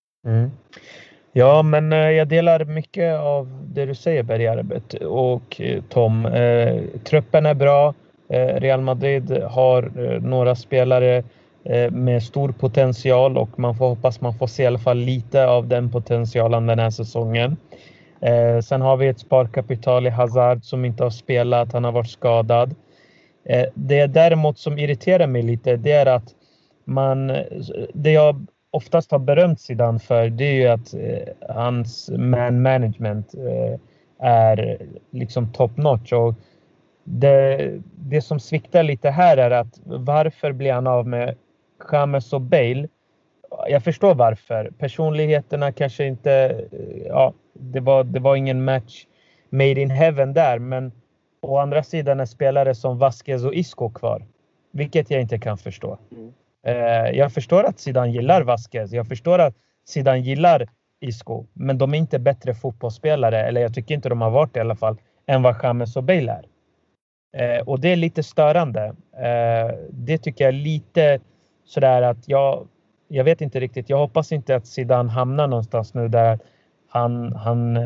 Speaker 1: Ja, men jag delar mycket av det du säger, Bergarbet och Tom. Truppen är bra. Real Madrid har några spelare med stor potential och man får hoppas man får se i alla fall lite av den potentialen den här säsongen. Sen har vi ett sparkapital i Hazard som inte har spelat, han har varit skadad. Det däremot som irriterar mig lite, det är att det jag oftast har berömt Zidane för, det är ju att hans man management är liksom top notch. Och det som sviktar lite här är att varför blir han av med James och Bale? Jag förstår varför. Personligheterna kanske inte, det var ingen match made in heaven där, men å andra sidan är spelare som Vasquez och Isco kvar, vilket jag inte kan förstå. Jag förstår att Zidane gillar Vasquez, jag förstår att Zidane gillar Isco, men de är inte bättre fotbollsspelare, eller jag tycker inte de har varit i alla fall, än vad James och Bale är. Och det är lite störande. Det tycker jag är lite sådär att jag vet inte riktigt. Jag hoppas inte att Zidane hamnar någonstans nu där han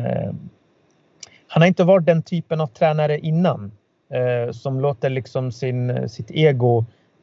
Speaker 1: har inte varit den typen av tränare innan. Som låter liksom sitt ego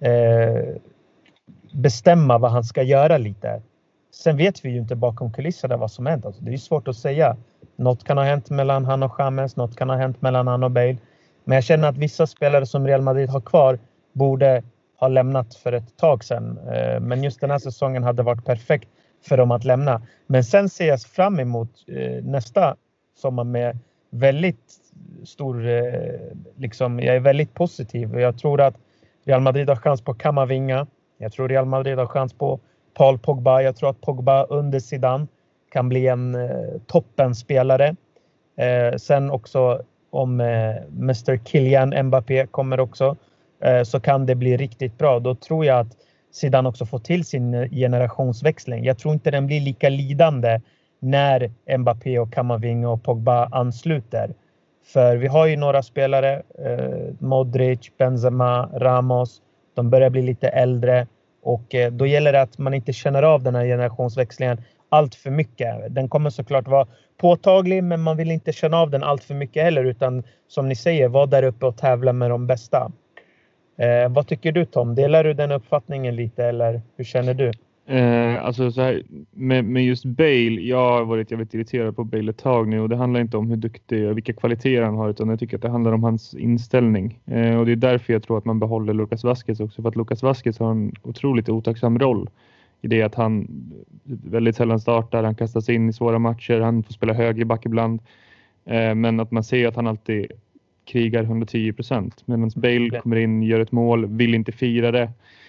Speaker 1: bestämma vad han ska göra lite. Sen vet vi ju inte bakom kulisserna vad som hänt. Alltså, det är svårt att säga. Något kan ha hänt mellan han och James. Något kan ha hänt mellan han och Bale. Men jag känner att vissa spelare som Real Madrid har kvar borde ha lämnat för ett tag sedan. Men just den här säsongen hade varit perfekt för dem att lämna. Men sen ser jag fram emot nästa sommar med väldigt stor, jag är väldigt positiv. Jag tror att Real Madrid har chans på Camavinga. Jag tror Real Madrid har chans på Paul Pogba. Jag tror att Pogba under Zidane kan bli en toppenspelare. Sen också om Mr. Kylian Mbappé kommer också, så kan det bli riktigt bra. Då tror jag att Zidane också får till sin generationsväxling. Jag tror inte den blir lika lidande när Mbappé och Camavinga och Pogba ansluter. För vi har ju några spelare, Modric, Benzema, Ramos. De börjar bli lite äldre och då gäller det att man inte känner av den här generationsväxlingen allt för mycket. Den kommer såklart vara påtaglig, men man vill inte känna av den allt för mycket heller, utan som ni säger, vara där uppe och tävla med de bästa. Vad tycker du, Tom? Delar du den uppfattningen lite, eller hur känner du?
Speaker 3: Alltså så här, med just Bale, jag har varit jävligt irriterad på Bale ett tag nu, och det handlar inte om hur duktig och vilka kvaliteter han har, utan jag tycker att det handlar om hans inställning. Och det är därför jag tror att man behåller Lucas Vasquez också, för att Lucas Vasquez har en otroligt otacksam roll i det att han väldigt sällan startar, han kastas in i svåra matcher, han får spela högerback ibland, men att man ser att han alltid krigar 110%, medan Bale kommer in, gör ett mål, vill inte fira det.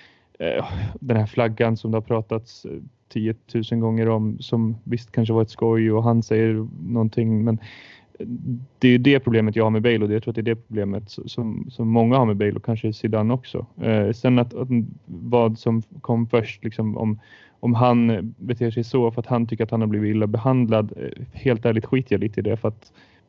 Speaker 3: Den här flaggan som det har pratats 10 000 gånger om, som visst kanske var ett skoj och han säger någonting, men det är det problemet jag har med Bale, och jag tror att det är det problemet som många har med Bale, och kanske Zidane också. Sen att vad som kom först, liksom, om han beter sig så för att han tycker att han har blivit illa behandlad, helt ärligt skiter jag lite i det, för att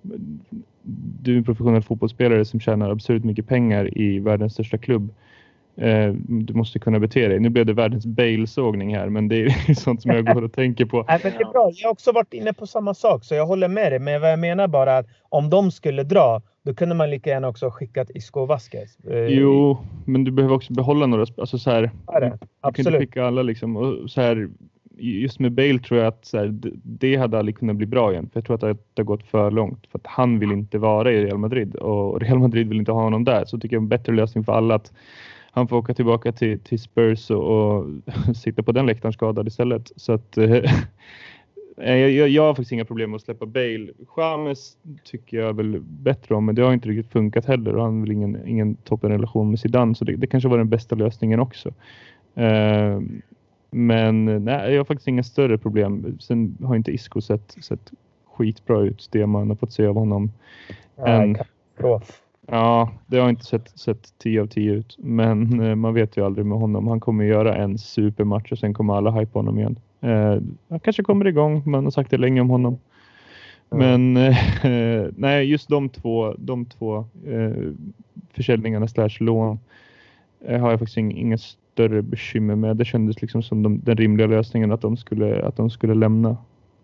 Speaker 3: du är en professionell fotbollsspelare som tjänar absurt mycket pengar i världens största klubb. Du måste kunna bete dig. Nu blev det världens Bale-sågning här, men det är sånt som jag går och tänker på.
Speaker 1: Nej, men det är bra. Jag har också varit inne på samma sak, så jag håller med dig. Men vad jag menar bara att om de skulle dra, då kunde man lika gärna också skickat Isco och Vasquez.
Speaker 3: Jo, men du behöver också behålla några, alltså så här, du kan inte skicka alla liksom, och så här, just med Bale tror jag att så här, det hade aldrig kunnat bli bra igen, för jag tror att det har gått för långt, för att han vill inte vara i Real Madrid och Real Madrid vill inte ha honom där. Så tycker jag en bättre lösning för alla att han får åka tillbaka till Spurs och sitta på den läktaren skadad istället. Så att jag har faktiskt inga problem med att släppa Bale. James tycker jag väl bättre om, men det har inte riktigt funkat heller. Och han har väl ingen toppenrelation med Zidane, så det kanske var den bästa lösningen också. Men nej, jag har faktiskt inga större problem. Sen har inte Isco sett skitbra ut, det man har fått se av honom. Ja, det har inte sett 10 av 10 ut. Men man vet ju aldrig med honom. Han kommer göra en supermatch och sen kommer alla hypa honom igen. Han kanske kommer igång, man har sagt det länge om honom. Men nej, just de två försäljningarna / lån har jag faktiskt inga större bekymmer med. Det kändes liksom som den rimliga lösningen att de skulle lämna.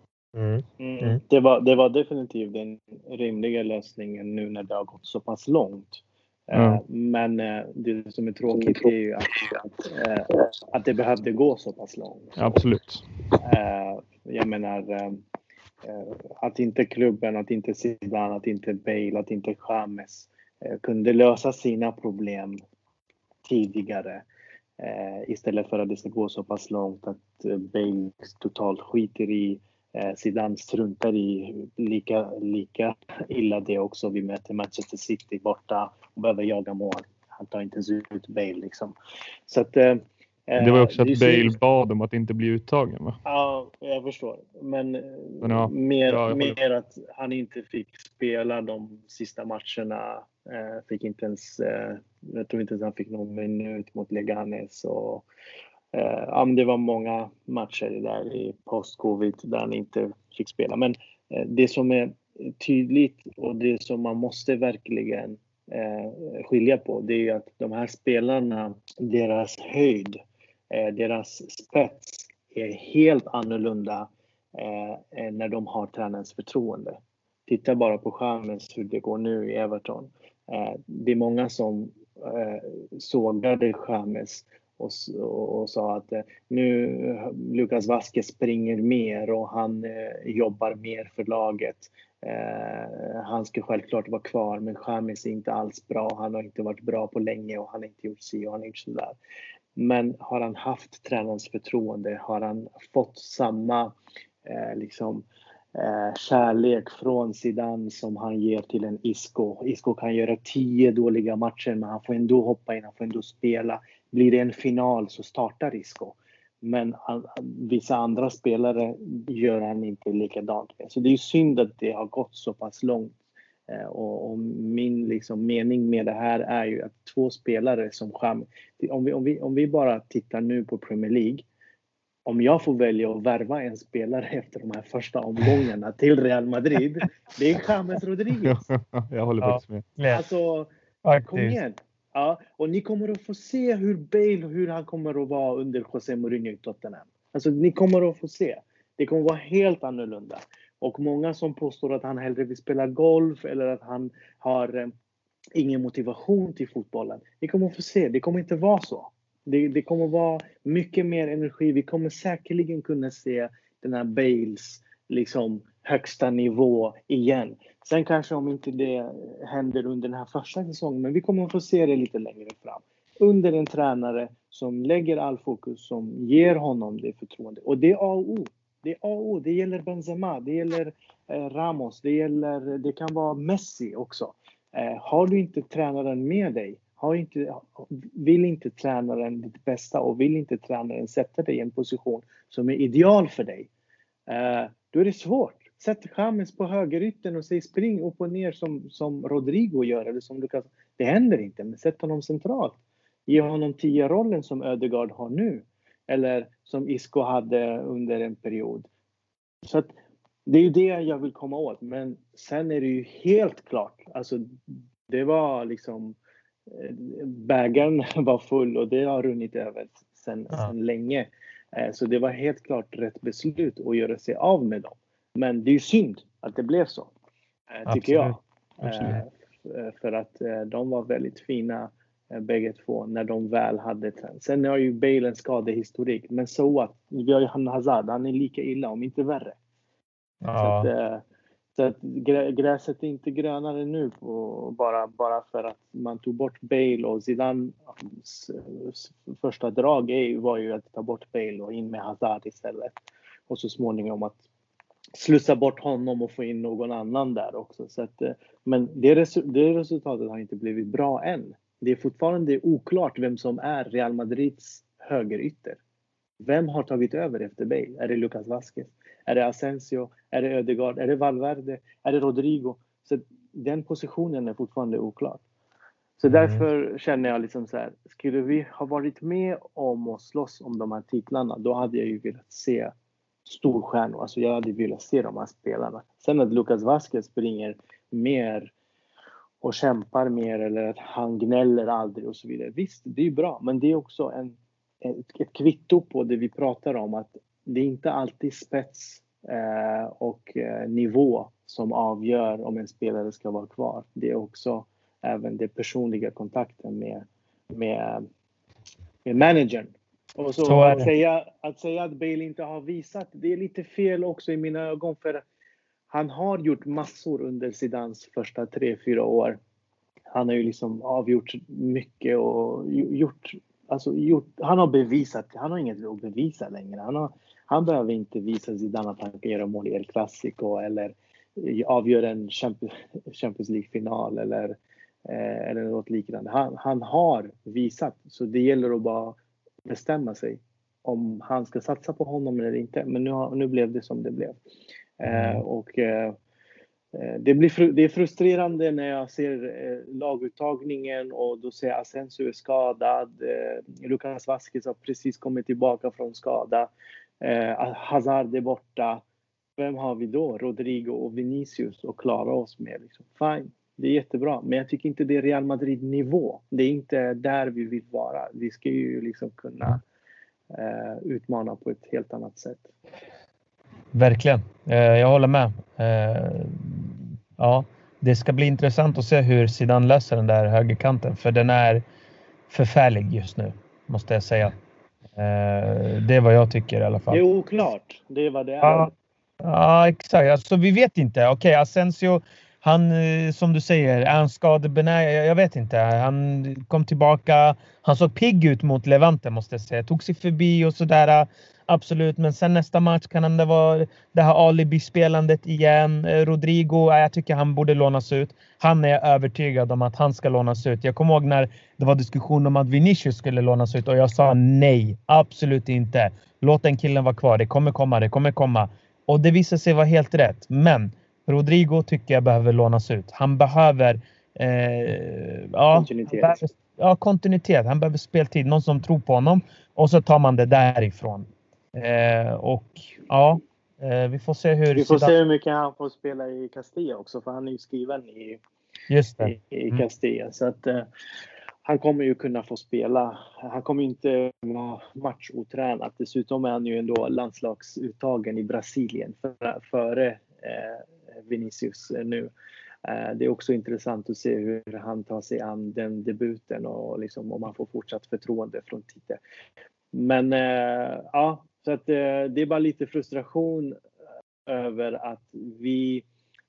Speaker 2: Det var definitivt den rimliga lösningen nu när det har gått så pass långt. Men det som är tråkigt är ju att det behövde gå så pass långt.
Speaker 3: Absolut.
Speaker 2: Jag menar att inte klubben, att inte Zidane, att inte Bale, att inte James kunde lösa sina problem tidigare. Istället för att det ska gå så pass långt att Bale totalt skiter i, Zidane struntar i, lika illa det också. Vi möter Manchester City borta och behöver jaga mål. Han tar inte ens ut Bale liksom. Så att,
Speaker 3: det var också att Bale bad om att inte bli uttagen, va?
Speaker 2: Ja, jag förstår. Men
Speaker 3: ja,
Speaker 2: mer att han inte fick spela de sista matcherna. Fick inte ens, jag tror inte att han fick någon minut mot Leganes. Och, men det var många matcher där i post-covid där han inte fick spela. Men det som är tydligt och det som man måste verkligen skilja på, det är att de här spelarna, deras höjd, deras spets är helt annorlunda när de har tränarens förtroende. Titta bara på James, hur det går nu i Everton. Det är många som sågade James och sa att nu Lucas Vázquez springer mer och han jobbar mer för laget. Han ska självklart vara kvar, men James är inte alls bra. Han har inte varit bra på länge och han har inte gjort si och han har gjort så där. Men har han haft tränarens förtroende, har han fått samma kärlek från Zidane som han ger till en Isco. Isco kan göra 10 dåliga matcher, men han får ändå hoppa in, han får ändå spela. Blir det en final så startar Isco. Men vissa andra spelare gör han inte likadant med. Så det är ju synd att det har gått så pass långt. Och min mening med det här är ju att 2 spelare som om vi bara tittar nu på Premier League, om jag får välja att värva en spelare efter de här första omgångarna till Real Madrid, det är James Rodriguez.
Speaker 3: Jag håller faktiskt med.
Speaker 2: Alltså, kom igen. Ja, och ni kommer att få se hur han kommer att vara under José Mourinho i Tottenham. Alltså ni kommer att få se. Det kommer att vara helt annorlunda. Och många som påstår att han hellre vill spela golf eller att han har ingen motivation till fotbollen. Ni kommer att få se. Det kommer inte vara så. Det kommer att vara mycket mer energi. Vi kommer säkerligen kunna se den här Bales högsta nivå igen. Sen kanske om inte det händer under den här första säsongen, men vi kommer att få se det lite längre fram. Under en tränare som lägger all fokus, som ger honom det förtroende. Och det är A och O. Det är A och O. Det gäller Benzema, det gäller Ramos, det kan vara Messi också. Har du inte tränaren med dig, vill inte tränaren ditt bästa och vill inte tränaren sätta dig i en position som är ideal för dig, då är det svårt. Sätt James på högerytten och säg spring upp och ner som Rodrigo gör eller som Lucas. Det händer inte, men sätt honom centralt. Ge honom 10-rollen som Ödegaard har nu. Eller som Isco hade under en period. Så att det är ju det jag vill komma åt. Men sen är det ju helt klart. Alltså det var bägaren var full och det har runnit över sen länge. Så det var helt klart rätt beslut att göra sig av med dem. Men det är ju synd att det blev så, tycker jag. För att de var väldigt fina bägge två när de väl hade tränat. Sen har ju Bale en skadehistorik. Men så att vi har ju Hazard, han är lika illa om inte värre. Ja. Så att gräset är inte grönare nu bara för att man tog bort Bale och Zidane första drag var ju att ta bort Bale och in med Hazard istället. Och så småningom att slussa bort honom och få in någon annan där också. Så att, men det resultatet har inte blivit bra än. Det är fortfarande oklart vem som är Real Madrids högerytter. Vem har tagit över efter Bale? Är det Lucas Vázquez? Är det Asensio? Är det Ödegaard? Är det Valverde? Är det Rodrigo? Så den positionen är fortfarande oklar. Så därför känner jag liksom så här, skulle vi ha varit med om att slåss om de här titlarna, då hade jag ju velat se storstjärnor. Alltså jag hade velat se de här spelarna. Sen att Lucas Vázquez springer mer och kämpar mer, eller att han gnäller aldrig och så vidare. Visst, det är ju bra, men det är också ett kvitto på det vi pratar om, att det är inte alltid spets och nivå som avgör om en spelare ska vara kvar. Det är också även den personliga kontakten med managern. Och så att säga att Bale inte har visat, det är lite fel också i mina ögon, för han har gjort massor under Zidans första 3-4 år. Han har ju liksom avgjort mycket och han har bevisat, han har inget att bevisa längre. Han behöver inte visa Zidane att han kan göra mål i El Clasico eller avgöra en Champions League-final eller något liknande. Han har visat, så det gäller att bara bestämma sig om han ska satsa på honom eller inte. Men nu blev det som det blev. Det är frustrerande när jag ser laguttagningen och då ser Asensio är skadad. Lucas Vázquez har precis kommit tillbaka från skada. Hazard är borta. Vem har vi då? Rodrigo och Vinicius och klara oss med. Liksom. Fine, det är jättebra. Men jag tycker inte det är Real Madrid-nivå. Det är inte där vi vill vara. Vi ska ju liksom kunna utmana på ett helt annat sätt.
Speaker 1: Verkligen. Jag håller med. Ja, det ska bli intressant att se hur Zidane löser den där högerkanten. För den är förfärlig just nu, måste jag säga. Det är vad jag tycker i alla fall.
Speaker 2: Det är oklart. Det är vad det är.
Speaker 1: Ja, exakt. Alltså, vi vet inte. Okej, Asensio, han, som du säger, är han skadebenägen? Jag vet inte. Han kom tillbaka. Han såg pigg ut mot Levante, måste jag säga. Tog sig förbi och sådär. Absolut, men sen nästa match kan det vara det här alibi-spelandet igen. Rodrigo, jag tycker han borde lånas ut. Han är övertygad om att han ska lånas ut. Jag kommer ihåg när det var diskussion om att Vinicius skulle lånas ut och jag sa nej, absolut inte. Låt den killen vara kvar, det kommer komma. Och det visar sig vara helt rätt. Men Rodrigo tycker jag behöver lånas ut. Han behöver kontinuitet. Han behöver speltid, någon som tror på honom. Och så tar man det därifrån. Vi får se hur
Speaker 2: mycket han får spela i Castilla också, för han är ju skriven i Castilla, så att han kommer ju kunna få spela. Han kommer inte vara matchotränad. Dessutom är han ju ändå landslagsuttagen i Brasilien före Vinicius nu. Det är också intressant att se hur han tar sig an den debuten och liksom om han får fortsatt förtroende från Tite. Men så att det är bara lite frustration över att vi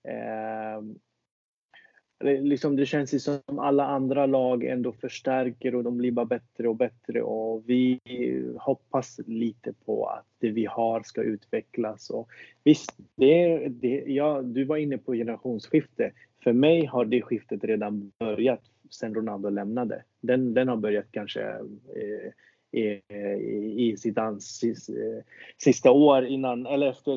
Speaker 2: liksom det känns som alla andra lag ändå förstärker och de blir bara bättre och bättre, och vi hoppas lite på att det vi har ska utvecklas. Och visst, du var inne på generationsskifte. För mig har det skiftet redan börjat sen Ronaldo lämnade. Den har börjat kanske i Zidans sista år innan, eller efter,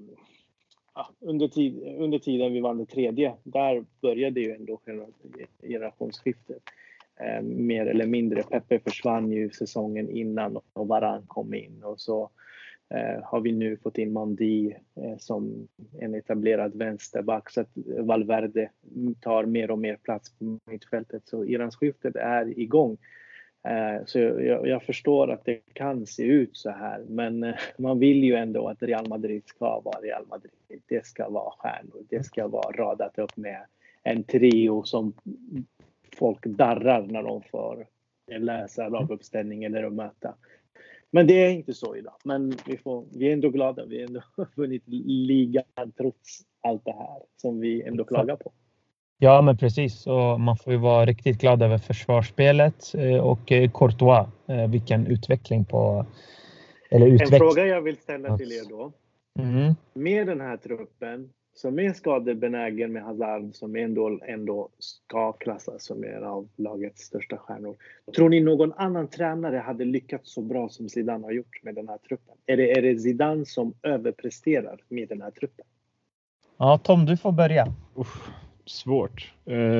Speaker 2: under tiden vi vann det tredje. Där började ju ändå generationsskiftet mer eller mindre. Pepe försvann ju säsongen innan och Varane kom in, och så har vi nu fått in Mandi som en etablerad vänsterback, så att Valverde tar mer och mer plats på mittfältet. Så generationsskiftet är igång. Så jag förstår att det kan se ut så här, men man vill ju ändå att Real Madrid ska vara Real Madrid. Det ska vara stjärnor, det ska vara radat upp med en trio som folk darrar när de får läsa laguppställning eller möta. Men det är inte så idag. Men vi är ändå glada. Vi har ändå vunnit ligan trots allt det här som vi ändå klagar på.
Speaker 1: Ja, men precis. Och man får ju vara riktigt glad över försvarsspelet och Courtois. Vilken utveckling på...
Speaker 2: En fråga jag vill ställa till er då. Med den här truppen som är skadebenägen med Hazard som ändå ska klassas som en av lagets största stjärnor. Tror ni någon annan tränare hade lyckats så bra som Zidane har gjort med den här truppen? Är det Zidane som överpresterar med den här truppen?
Speaker 1: Ja, Tom, du får börja.
Speaker 3: Svårt.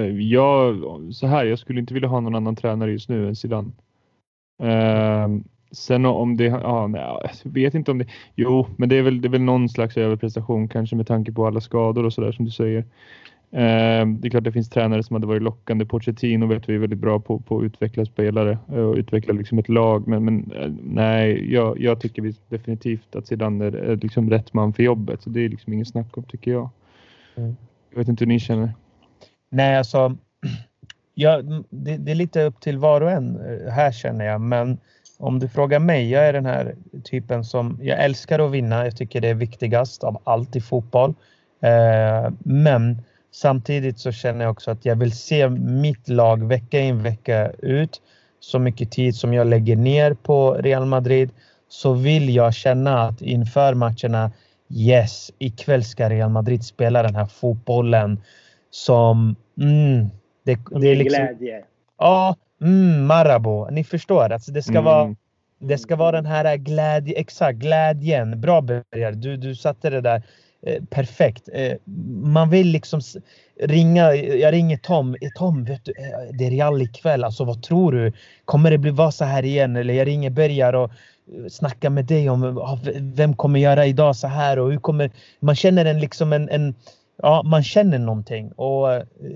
Speaker 3: Jag skulle inte vilja ha någon annan tränare just nu än Zidane. Sen om det, jag vet inte om det, men det är väl någon slags överprestation kanske med tanke på alla skador och sådär som du säger. Det är klart det finns tränare som hade varit lockande. Pochettino vet vi är väldigt bra på att utveckla spelare och utveckla liksom ett lag, men nej, jag tycker definitivt att Zidane är liksom rätt man för jobbet, så det är liksom ingen snack om, tycker jag. Jag vet inte hur ni känner.
Speaker 1: Nej, alltså det är lite upp till var och en här, känner jag, men om du frågar mig, jag är den här typen som, jag älskar att vinna. Jag tycker det är viktigast av allt i fotboll. Men samtidigt så känner jag också att jag vill se mitt lag vecka in vecka ut. Så mycket tid som jag lägger ner på Real Madrid, så vill jag känna att inför matcherna, yes, ikväll ska Real Madrid spela den här fotbollen som det är liksom
Speaker 2: glädje.
Speaker 1: Ja, Marabou. Ni förstår, alltså det ska vara den här glädjen. Bra börjar. Du satte det där perfekt. Man vill liksom jag ringer Tom, vet du, det är Real ikväll, alltså vad tror du? Kommer det vara så här igen? Eller jag ringer Bergar och snackar med dig om vem kommer göra idag så här, och hur kommer man känner man känner någonting. Och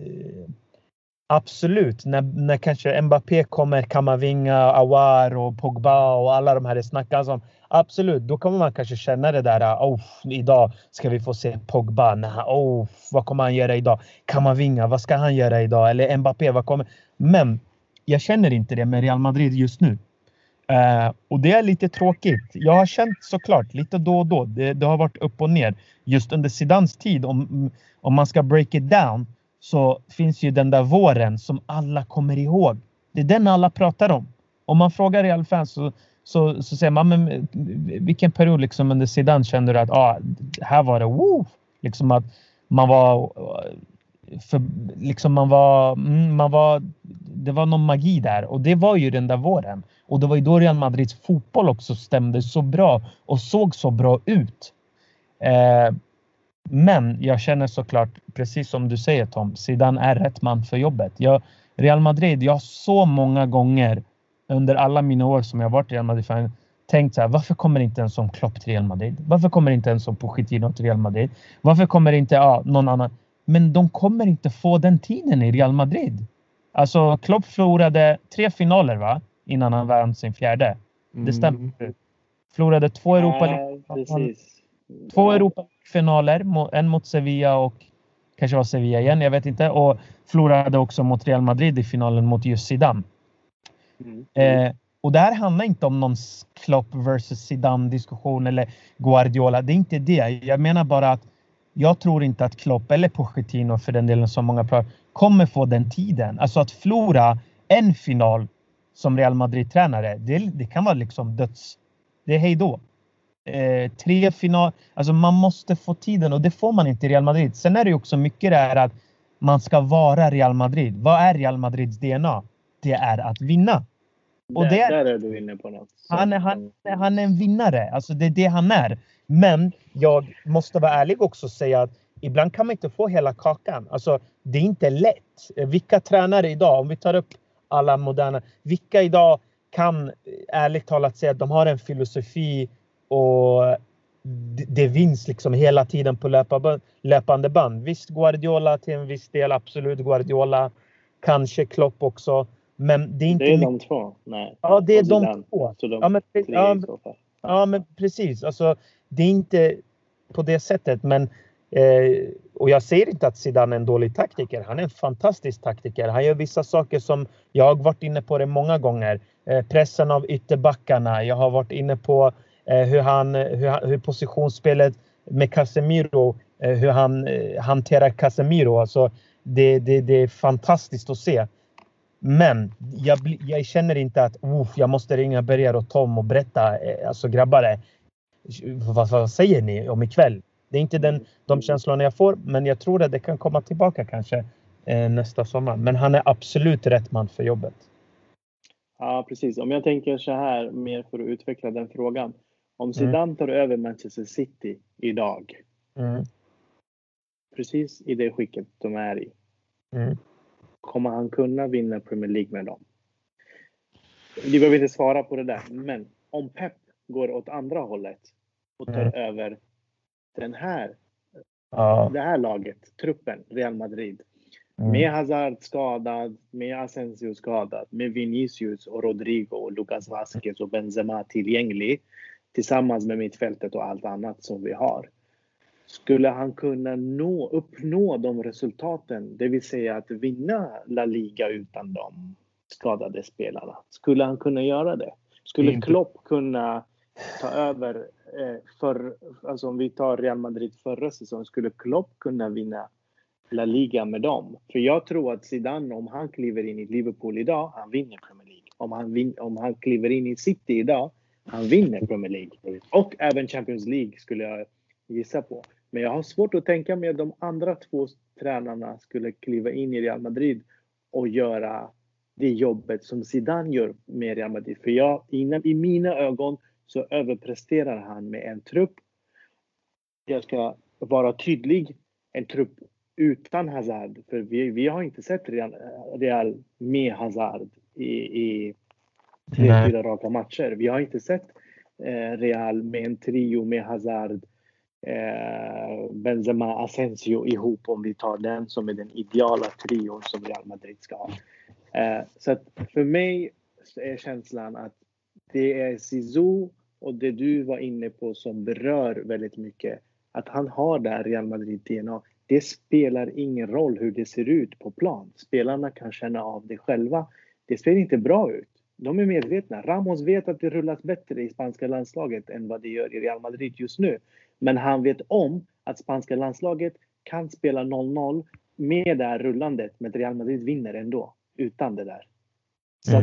Speaker 1: absolut, när kanske Mbappé kommer, Camavinga, Aouar och Pogba och alla de här snackas om, absolut, då kommer man kanske känna det där, idag ska vi få se Pogba, vad kommer han göra idag? Camavinga, vad ska han göra idag? Eller Mbappé, vad kommer? Men jag känner inte det med Real Madrid just nu. Och det är lite tråkigt. Jag har känt såklart lite då och då. Det har varit upp och ner. Just under Zidanes tid, om man ska break it down, så finns ju den där våren som alla kommer ihåg. Det är den alla pratar om. Om man frågar Real-fans så säger man, men vilken period liksom under Zidane kände du att här var det liksom att man var det var någon magi där, och det var ju den där våren, och det var ju då Real Madrids fotboll också stämde så bra och såg så bra ut. Men jag känner såklart, precis som du säger Tom, Zidane är rätt man för jobbet. Real Madrid, jag har så många gånger under alla mina år som jag har varit Real Madrid-fan tänkt så här, varför kommer inte en som Klopp till Real Madrid? Varför kommer inte en som Pochettino till Real Madrid? Varför kommer inte någon annan? Men de kommer inte få den tiden i Real Madrid. Alltså Klopp förlorade 3 finaler innan han vann sin 4:e. Det stämmer. Förlorade 2 Europafinaler, en mot Sevilla och kanske var Sevilla igen, jag vet inte, och förlorade också mot Real Madrid i finalen mot just Zidane. Och det här handlar inte om någon Klopp versus Zidane diskussion eller Guardiola, det är inte det. Jag menar bara att jag tror inte att Klopp eller Pochettino, för den delen som många pratar, kommer få den tiden. Alltså att förlora en final som Real Madrid-tränare, det kan vara liksom döds. Det är hej då. 3 final, alltså man måste få tiden, och det får man inte i Real Madrid. Sen är det ju också mycket det här att man ska vara Real Madrid. Vad är Real Madrids DNA? Det är att vinna. Och
Speaker 2: där är du inne på något.
Speaker 1: Han är en vinnare, alltså det är det han är. Men jag måste vara ärlig också och säga att ibland kan man inte få hela kakan. Alltså det är inte lätt. Vilka tränare idag, om vi tar upp alla moderna, vilka idag kan ärligt talat säga att de har en filosofi och det vinns liksom hela tiden på löpande band. Visst, Guardiola till en viss del, absolut Guardiola, kanske Klopp också, men det är inte...
Speaker 2: Det är de två. Nej.
Speaker 1: Ja, det är de två.
Speaker 2: Så
Speaker 1: men precis. Alltså, det är inte på det sättet, men och jag säger inte att Zidane är en dålig taktiker. Han är en fantastisk taktiker. Han gör vissa saker som jag har varit inne på det många gånger. Pressen av ytterbackarna. Jag har varit inne på hur positionsspelet med Casemiro, hur han hanterar Casemiro. Alltså, det är fantastiskt att se. Men jag känner inte att jag måste ringa Berger och Tom och berätta, alltså grabbar, vad säger ni om ikväll? Det är inte de känslorna jag får, men jag tror att det kan komma tillbaka kanske nästa sommar. Men han är absolut rätt man för jobbet.
Speaker 2: Ja, precis. Om jag tänker så här mer för att utveckla den frågan. Om Zidane tar över Manchester City idag. Precis i det skicket de är i. Kommer han kunna vinna Premier League med dem? Vi behöver inte svara på det där. Men om Pep går åt andra hållet och tar över det här laget, truppen, Real Madrid. Med Hazard skadad, med Asensio skadad, med Vinicius och Rodrigo och Lucas Vázquez och Benzema tillgänglig. Tillsammans med mittfältet och allt annat som vi har. Skulle han kunna uppnå de resultaten, det vill säga att vinna La Liga utan de skadade spelarna? Skulle han kunna göra det? Skulle Klopp kunna ta över alltså om vi tar Real Madrid förra säsongen, skulle Klopp kunna vinna La Liga med dem? För jag tror att Zidane, om han kliver in i Liverpool idag, han vinner Premier League. Om han kliver in i City idag, han vinner Premier League. Och även Champions League skulle jag gissa på. Men jag har svårt att tänka mig att de andra två tränarna skulle kliva in i Real Madrid och göra det jobbet som Zidane gör med Real Madrid. För i mina ögon så överpresterar han med en trupp. Jag ska vara tydlig. En trupp utan Hazard. För vi har inte sett Real med Hazard i 3-4 raka matcher. Vi har inte sett Real med en trio med Hazard, Benzema, Asensio ihop, om vi tar den som är den ideala trion som Real Madrid ska ha. Så att för mig är känslan att det är Zizou och det du var inne på som berör väldigt mycket. Att han har där Real Madrid DNA. Det spelar ingen roll hur det ser ut på plan. Spelarna kan känna av det själva. Det ser inte bra ut. De är medvetna. Ramos vet att det rullas bättre i spanska landslaget än vad det gör i Real Madrid just nu. Men han vet om att spanska landslaget kan spela 0-0 med det här rullandet. Men Real Madrid vinner ändå utan det där. Så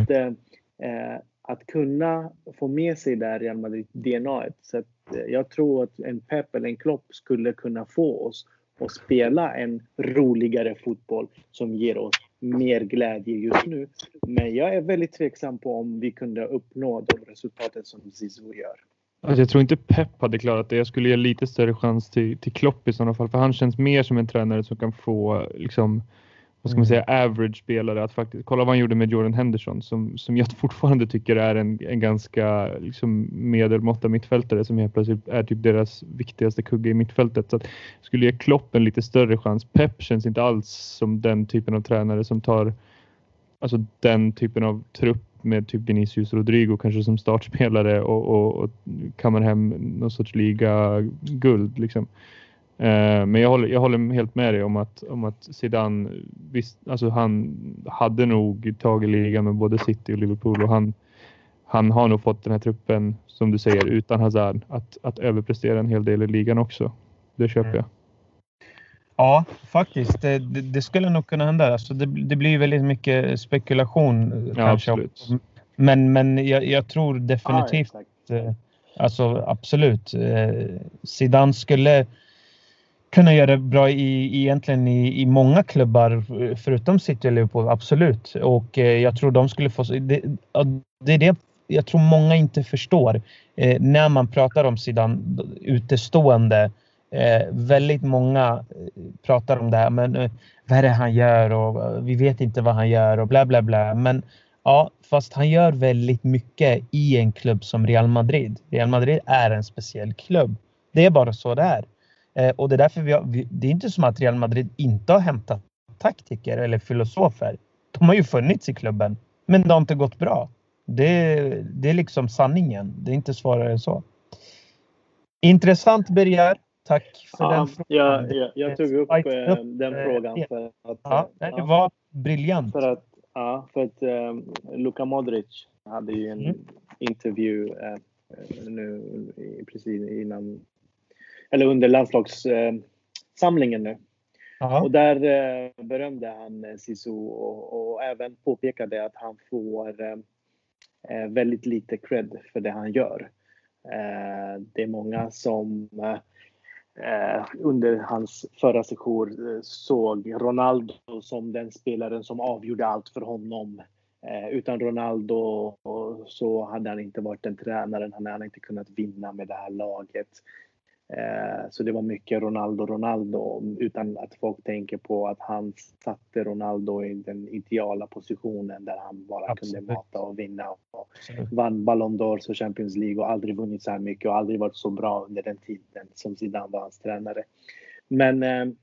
Speaker 2: att kunna få med sig där Real Madrid DNA. Så att jag tror att en Pep eller en Klopp skulle kunna få oss att spela en roligare fotboll som ger oss mer glädje just nu. Men jag är väldigt tveksam på om vi kunde uppnå de resultaten som Zizou gör.
Speaker 3: Alltså jag tror inte Pep hade klarat det. Jag skulle ge lite större chans till Klopp i sådana fall. För han känns mer som en tränare som kan få liksom, vad ska man säga, average spelare att faktiskt, kolla vad han gjorde med Jordan Henderson som jag fortfarande tycker är en ganska liksom medelmåtta mittfältare som helt plötsligt är typ deras viktigaste kugge i mittfältet. Så att skulle ge Klopp en lite större chans. Pep känns inte alls som den typen av tränare som tar alltså den typen av trupp med typ Vinicius Rodrigo kanske som startspelare och kammar hem någon sorts liga-guld liksom. Men jag håller helt med dig om att Zidane visst, alltså han hade nog tagit ligan med både City och Liverpool, och han har nog fått den här truppen, som du säger, utan Hazard att överprestera en hel del i ligan också. Det köper jag.
Speaker 1: Ja, faktiskt. Det skulle nog kunna hända. Alltså det blir väldigt mycket spekulation kanske.
Speaker 3: Absolut.
Speaker 1: Men jag tror definitivt alltså absolut. Zidane skulle kunna göra det bra egentligen i många klubbar förutom City och Liverpool, absolut. Och jag tror de skulle få det är det jag tror många inte förstår när man pratar om Zidane utestående. Väldigt många pratar om det här, men vad är det han gör och vi vet inte vad han gör och bla bla bla. Men ja, fast han gör väldigt mycket i en klubb som Real Madrid. Real Madrid är en speciell klubb. Det är bara så det är. Och det är därför det är inte som att Real Madrid inte har hämtat taktiker eller filosofer. De har ju funnits i klubben, men det har inte gått bra. Det är liksom sanningen. Det är inte svårare än så. Intressant, Birger. Tack för den
Speaker 2: frågan. Jag tog upp den frågan för att
Speaker 1: det var briljant.
Speaker 2: För att Luka Modric hade ju en intervju nu precis innan, eller under landslagssamlingen nu. Och där berömde han Zizou och även påpekade att han får väldigt lite cred för det han gör. Det är många som under hans förra sejour såg Ronaldo som den spelaren som avgjorde allt för honom. Utan Ronaldo så hade han inte varit den tränaren. Han hade inte kunnat vinna med det här laget. Så det var mycket Ronaldo utan att folk tänker på att han satte Ronaldo i den ideala positionen där han bara kunde mata och vinna och vann Ballon d'Or och Champions League och aldrig vunnit så här mycket och aldrig varit så bra under den tiden som Zidane var hans tränare. Men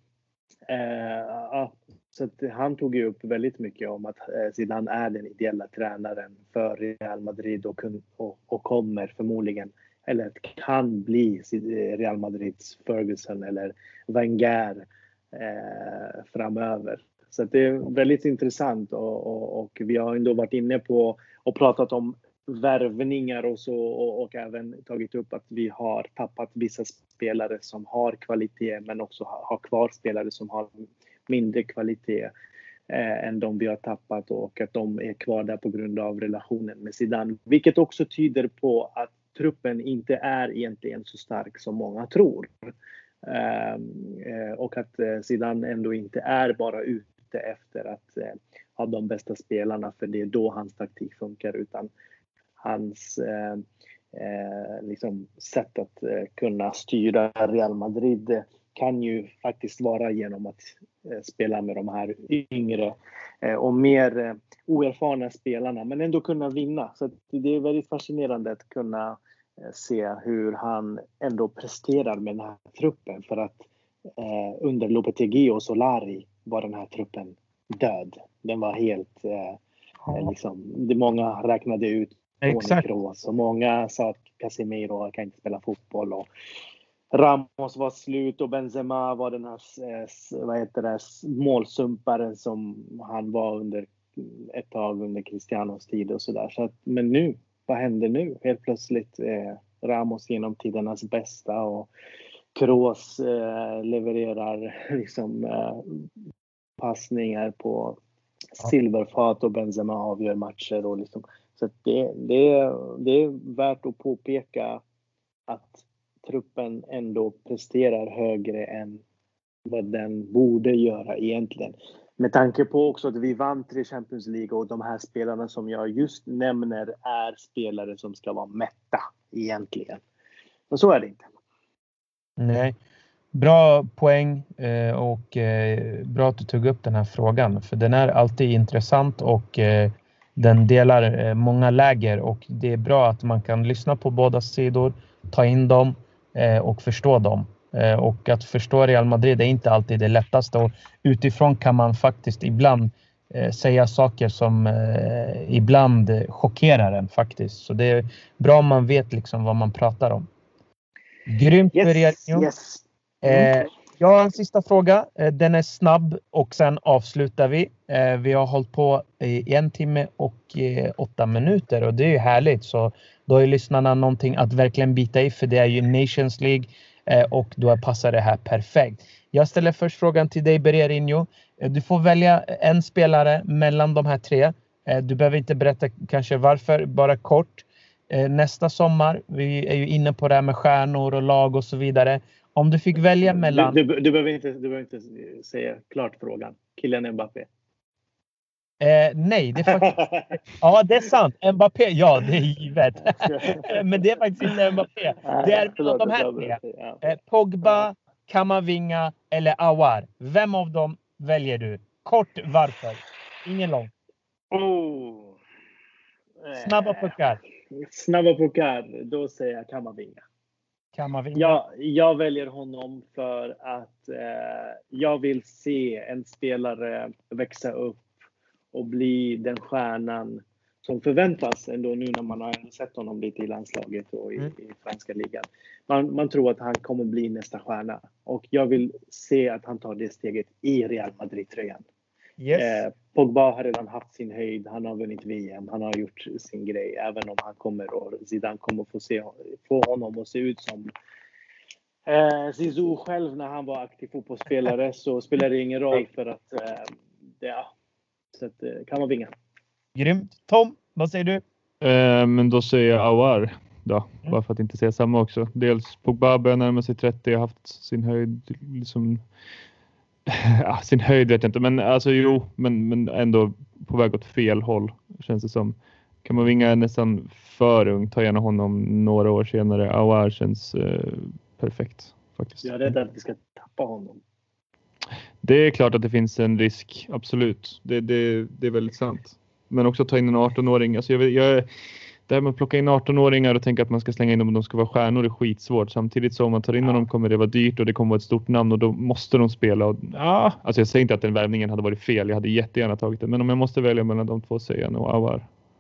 Speaker 2: så att han tog ju upp väldigt mycket om att Zidane är den ideella tränaren för Real Madrid och kommer förmodligen eller kan bli Real Madrids Ferguson eller Wenger framöver. Så att det är väldigt intressant och vi har ändå varit inne på och pratat om värvningar och så och även tagit upp att vi har tappat vissa spelare som har kvalitet men också har kvar spelare som har mindre kvalitet än de vi har tappat och att de är kvar där på grund av relationen med Zidane. Vilket också tyder på att truppen inte är egentligen så stark som många tror. Och att Zidane ändå inte är bara ute efter att ha de bästa spelarna för det är då hans taktik funkar utan hans liksom sätt att kunna styra Real Madrid kan ju faktiskt vara genom att spela med de här yngre och mer oerfarna spelarna men ändå kunna vinna. Så det är väldigt fascinerande att kunna se hur han ändå presterar med den här truppen för att under Lopetegui och Solari var den här truppen död. Den var helt liksom, det många räknade ut Kroos och många sa att Casemiro kan inte spela fotboll och Ramos var slut och Benzema var den här målsumparen som han var under ett tag under Cristianos tid och sådär. Så att, men nu, vad händer nu? Helt plötsligt Ramos genom tidernas bästa och Kroos levererar liksom passningar på silverfat och Benzema avgör matcher och liksom, så att det är värt att påpeka att truppen ändå presterar högre än vad den borde göra egentligen. Med tanke på också att vi vann 3 Champions League och de här spelarna som jag just nämner är spelare som ska vara mätta egentligen. Men så är det inte.
Speaker 1: Nej. Bra poäng och bra att du tog upp den här frågan. För den är alltid intressant och den delar många läger. Och det är bra att man kan lyssna på båda sidor, ta in dem och förstå dem. Och att förstå Real Madrid är inte alltid det lättaste. Och utifrån kan man faktiskt ibland säga saker som ibland chockerar en faktiskt. Så det är bra om man vet liksom vad man pratar om. Grymt för
Speaker 2: yes.
Speaker 1: Jag har en sista fråga. Den är snabb och sen avslutar vi. Vi har hållit på i 1 timme och 8 minuter och det är ju härligt. Så då är lyssnarna någonting att verkligen bita i för det är ju Nations League och då passar det här perfekt. Jag ställer först frågan till dig, Bererinho. Du får välja en spelare mellan de här 3. Du behöver inte berätta kanske varför, bara kort. Nästa sommar, vi är ju inne på det här med stjärnor och lag och så vidare. Om du fick välja mellan...
Speaker 2: Du behöver inte säga klart frågan. Kylian Mbappé.
Speaker 1: Nej, det är faktiskt... Ja, det är sant. Mbappé, ja, det är givet. Men det är faktiskt inte Mbappé. Det är de här 3. Pogba, Camavinga eller Aouar. Vem av dem väljer du? Kort, varför? Ingen lång. Snabba puckar. Då säger jag Camavinga. Jag väljer honom för att jag vill se en spelare växa upp och bli den stjärnan som förväntas ändå nu när man har sett honom lite i landslaget och i franska ligan. Man tror att han kommer bli nästa stjärna och jag vill se att han tar det steget i Real Madrid-tröjan. Yes.
Speaker 2: Pogba har redan haft sin höjd, han har vunnit VM, han har gjort sin grej. Även om han kommer och Zidane kommer få honom att se ut som Zizou själv när han var aktiv fotbollsspelare, så spelar det ingen roll för att så att kan man vinga.
Speaker 1: Grymt. Tom, vad säger du?
Speaker 3: Men då säger jag Aouar. då. Bara för att inte säga samma också. Dels Pogba börjar närma sig 30, har haft sin höjd liksom... Ja, sin höjd vet jag inte, men alltså men ändå på väg åt fel håll känns det som. Camavinga är nästan för ung, ta gärna honom några år senare. Aouar känns perfekt faktiskt.
Speaker 2: Jag är rädd att vi ska tappa honom.
Speaker 3: Det är klart att det finns en risk, absolut. Det är väldigt sant. Men också ta in en 18-åring. Alltså det här med att plocka in 18-åringar och tänka att man ska slänga in dem och de ska vara stjärnor är skitsvårt. Samtidigt så om man tar in dem kommer det vara dyrt och det kommer vara ett stort namn och då måste de spela. Och, alltså jag säger inte att den värvningen hade varit fel. Jag hade jättegärna tagit det. Men om jag måste välja mellan de två säger jag nog Aouar.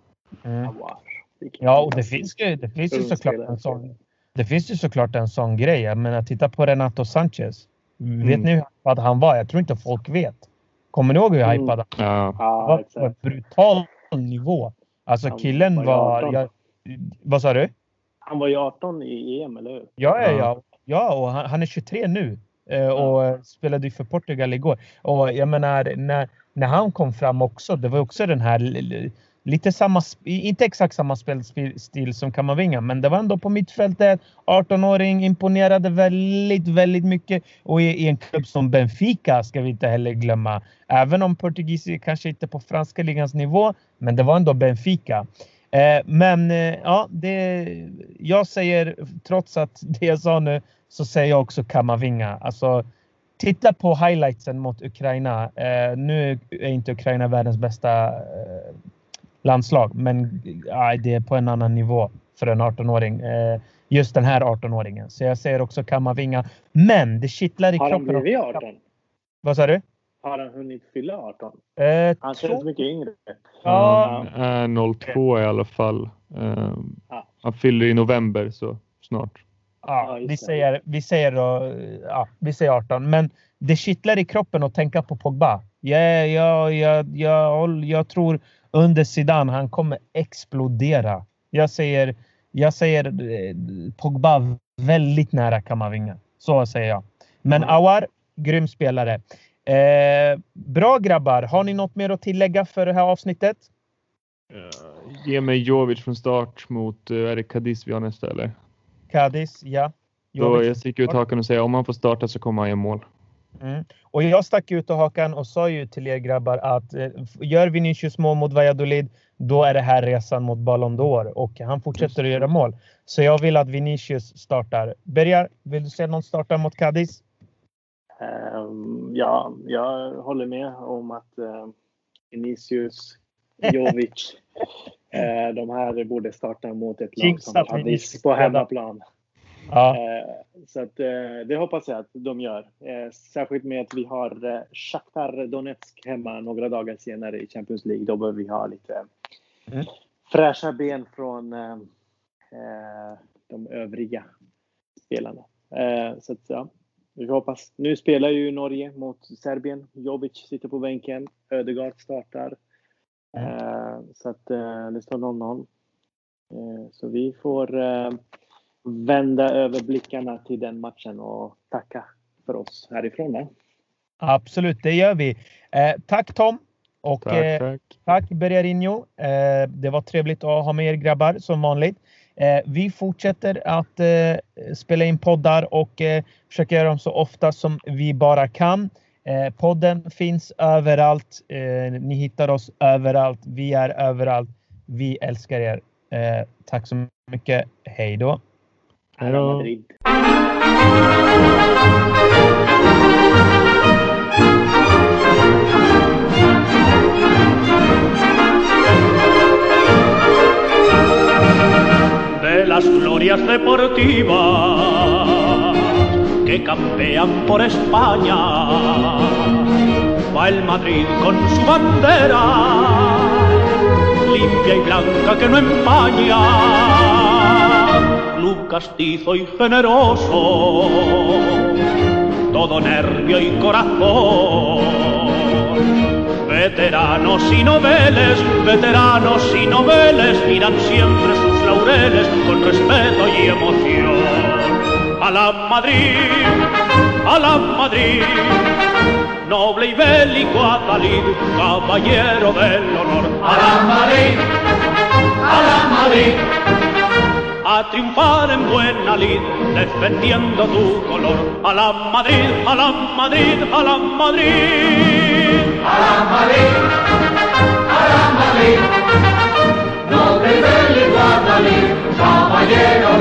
Speaker 1: Ja, och det finns ju såklart en sån grej. Jag menar, titta på Renato Sanchez. Vet ni vad han var? Jag tror inte folk vet. Kommer ni ihåg hur hypad han var? På en brutal nivå. Alltså killen var vad sa du?
Speaker 2: Han var ju 18 i EM, eller hur?
Speaker 1: Ja, och han är 23 nu. Och spelade ju för Portugal igår. Och jag menar, när han kom fram också, det var också den här lite samma, inte exakt samma spelstil som Camavinga, men det var ändå på mittfältet. 18-åring, imponerade väldigt, väldigt mycket. Och i en klubb som Benfica ska vi inte heller glömma. Även om Portugis kanske inte på franska ligans nivå, men det var ändå Benfica. Men ja, jag säger, trots att det jag sa nu, så säger jag också Camavinga. Alltså, titta på highlightsen mot Ukraina. Nu är inte Ukraina världens bästa landslag, men det är på en annan nivå för en 18-åring. Just den här 18-åringen. Så jag säger också Camavinga. Men det kittlar i kroppen.
Speaker 2: Har han blivit 18?
Speaker 1: Vad sa du?
Speaker 2: Har han hunnit fylla 18? Han känns mycket yngre.
Speaker 3: Ja. 02 i alla fall. Han fyller i november, så snart.
Speaker 1: Ja, vi säger 18. Men det kittlar i kroppen att tänka på Pogba. Jag tror under Zidane han kommer explodera. Jag säger Pogba väldigt nära Camavinga. Så säger jag. Men Aouar, grym spelare. Bra grabbar. Har ni något mer att tillägga för det här avsnittet?
Speaker 3: Ge mig Jovic från start mot är det Cadiz vi har nästa eller?
Speaker 1: Cadiz, ja.
Speaker 3: Då jag sticker ut hakan och säger om han får starta så kommer han göra mål.
Speaker 1: Och jag stack ut hakan och sa ju till er grabbar att gör Vinicius mål mot Valladolid, då är det här resan mot Ballon d'Or. Och han fortsätter att göra mål. Så jag vill att Vinicius startar. Bergar, vill du se någon starta mot Cadiz?
Speaker 2: Ja, jag håller med om att Vinicius, Jovic, de här borde starta mot ett lag som Cadiz på hemmaplan.
Speaker 1: Ja.
Speaker 2: Så att, det hoppas jag att de gör. Särskilt med att vi har Shakhtar Donetsk hemma några dagar senare i Champions League. Då behöver vi ha lite fräscha ben från de övriga spelarna. Så att, ja, vi hoppas. Nu spelar ju Norge mot Serbien. Jovic sitter på bänken. Ödegaard startar. Så att det står 0-0. Så vi får vända över blickarna till den matchen och tacka för oss härifrån. Då.
Speaker 1: Absolut, det gör vi. Tack Tom och tack Bergarinho. Det var trevligt att ha med er grabbar som vanligt. Vi fortsätter att spela in poddar och försöka göra dem så ofta som vi bara kan. Podden finns överallt. Ni hittar oss överallt. Vi är överallt. Vi älskar er. Tack så mycket. Hej då.
Speaker 3: Hello.
Speaker 4: De las glorias deportivas que campean por España va el Madrid con su bandera limpia y blanca que no empaña. Club castizo y generoso, todo nervio y corazón. Veteranos y noveles miran siempre sus laureles con respeto y emoción. A la Madrid, noble y bélico Adalid, caballero del honor. A la Madrid, a triunfar en buena lid, defendiendo tu color. A la Madrid, a la Madrid, a la Madrid.
Speaker 5: A la Madrid, a la Madrid, nobles del Guadalí, caballero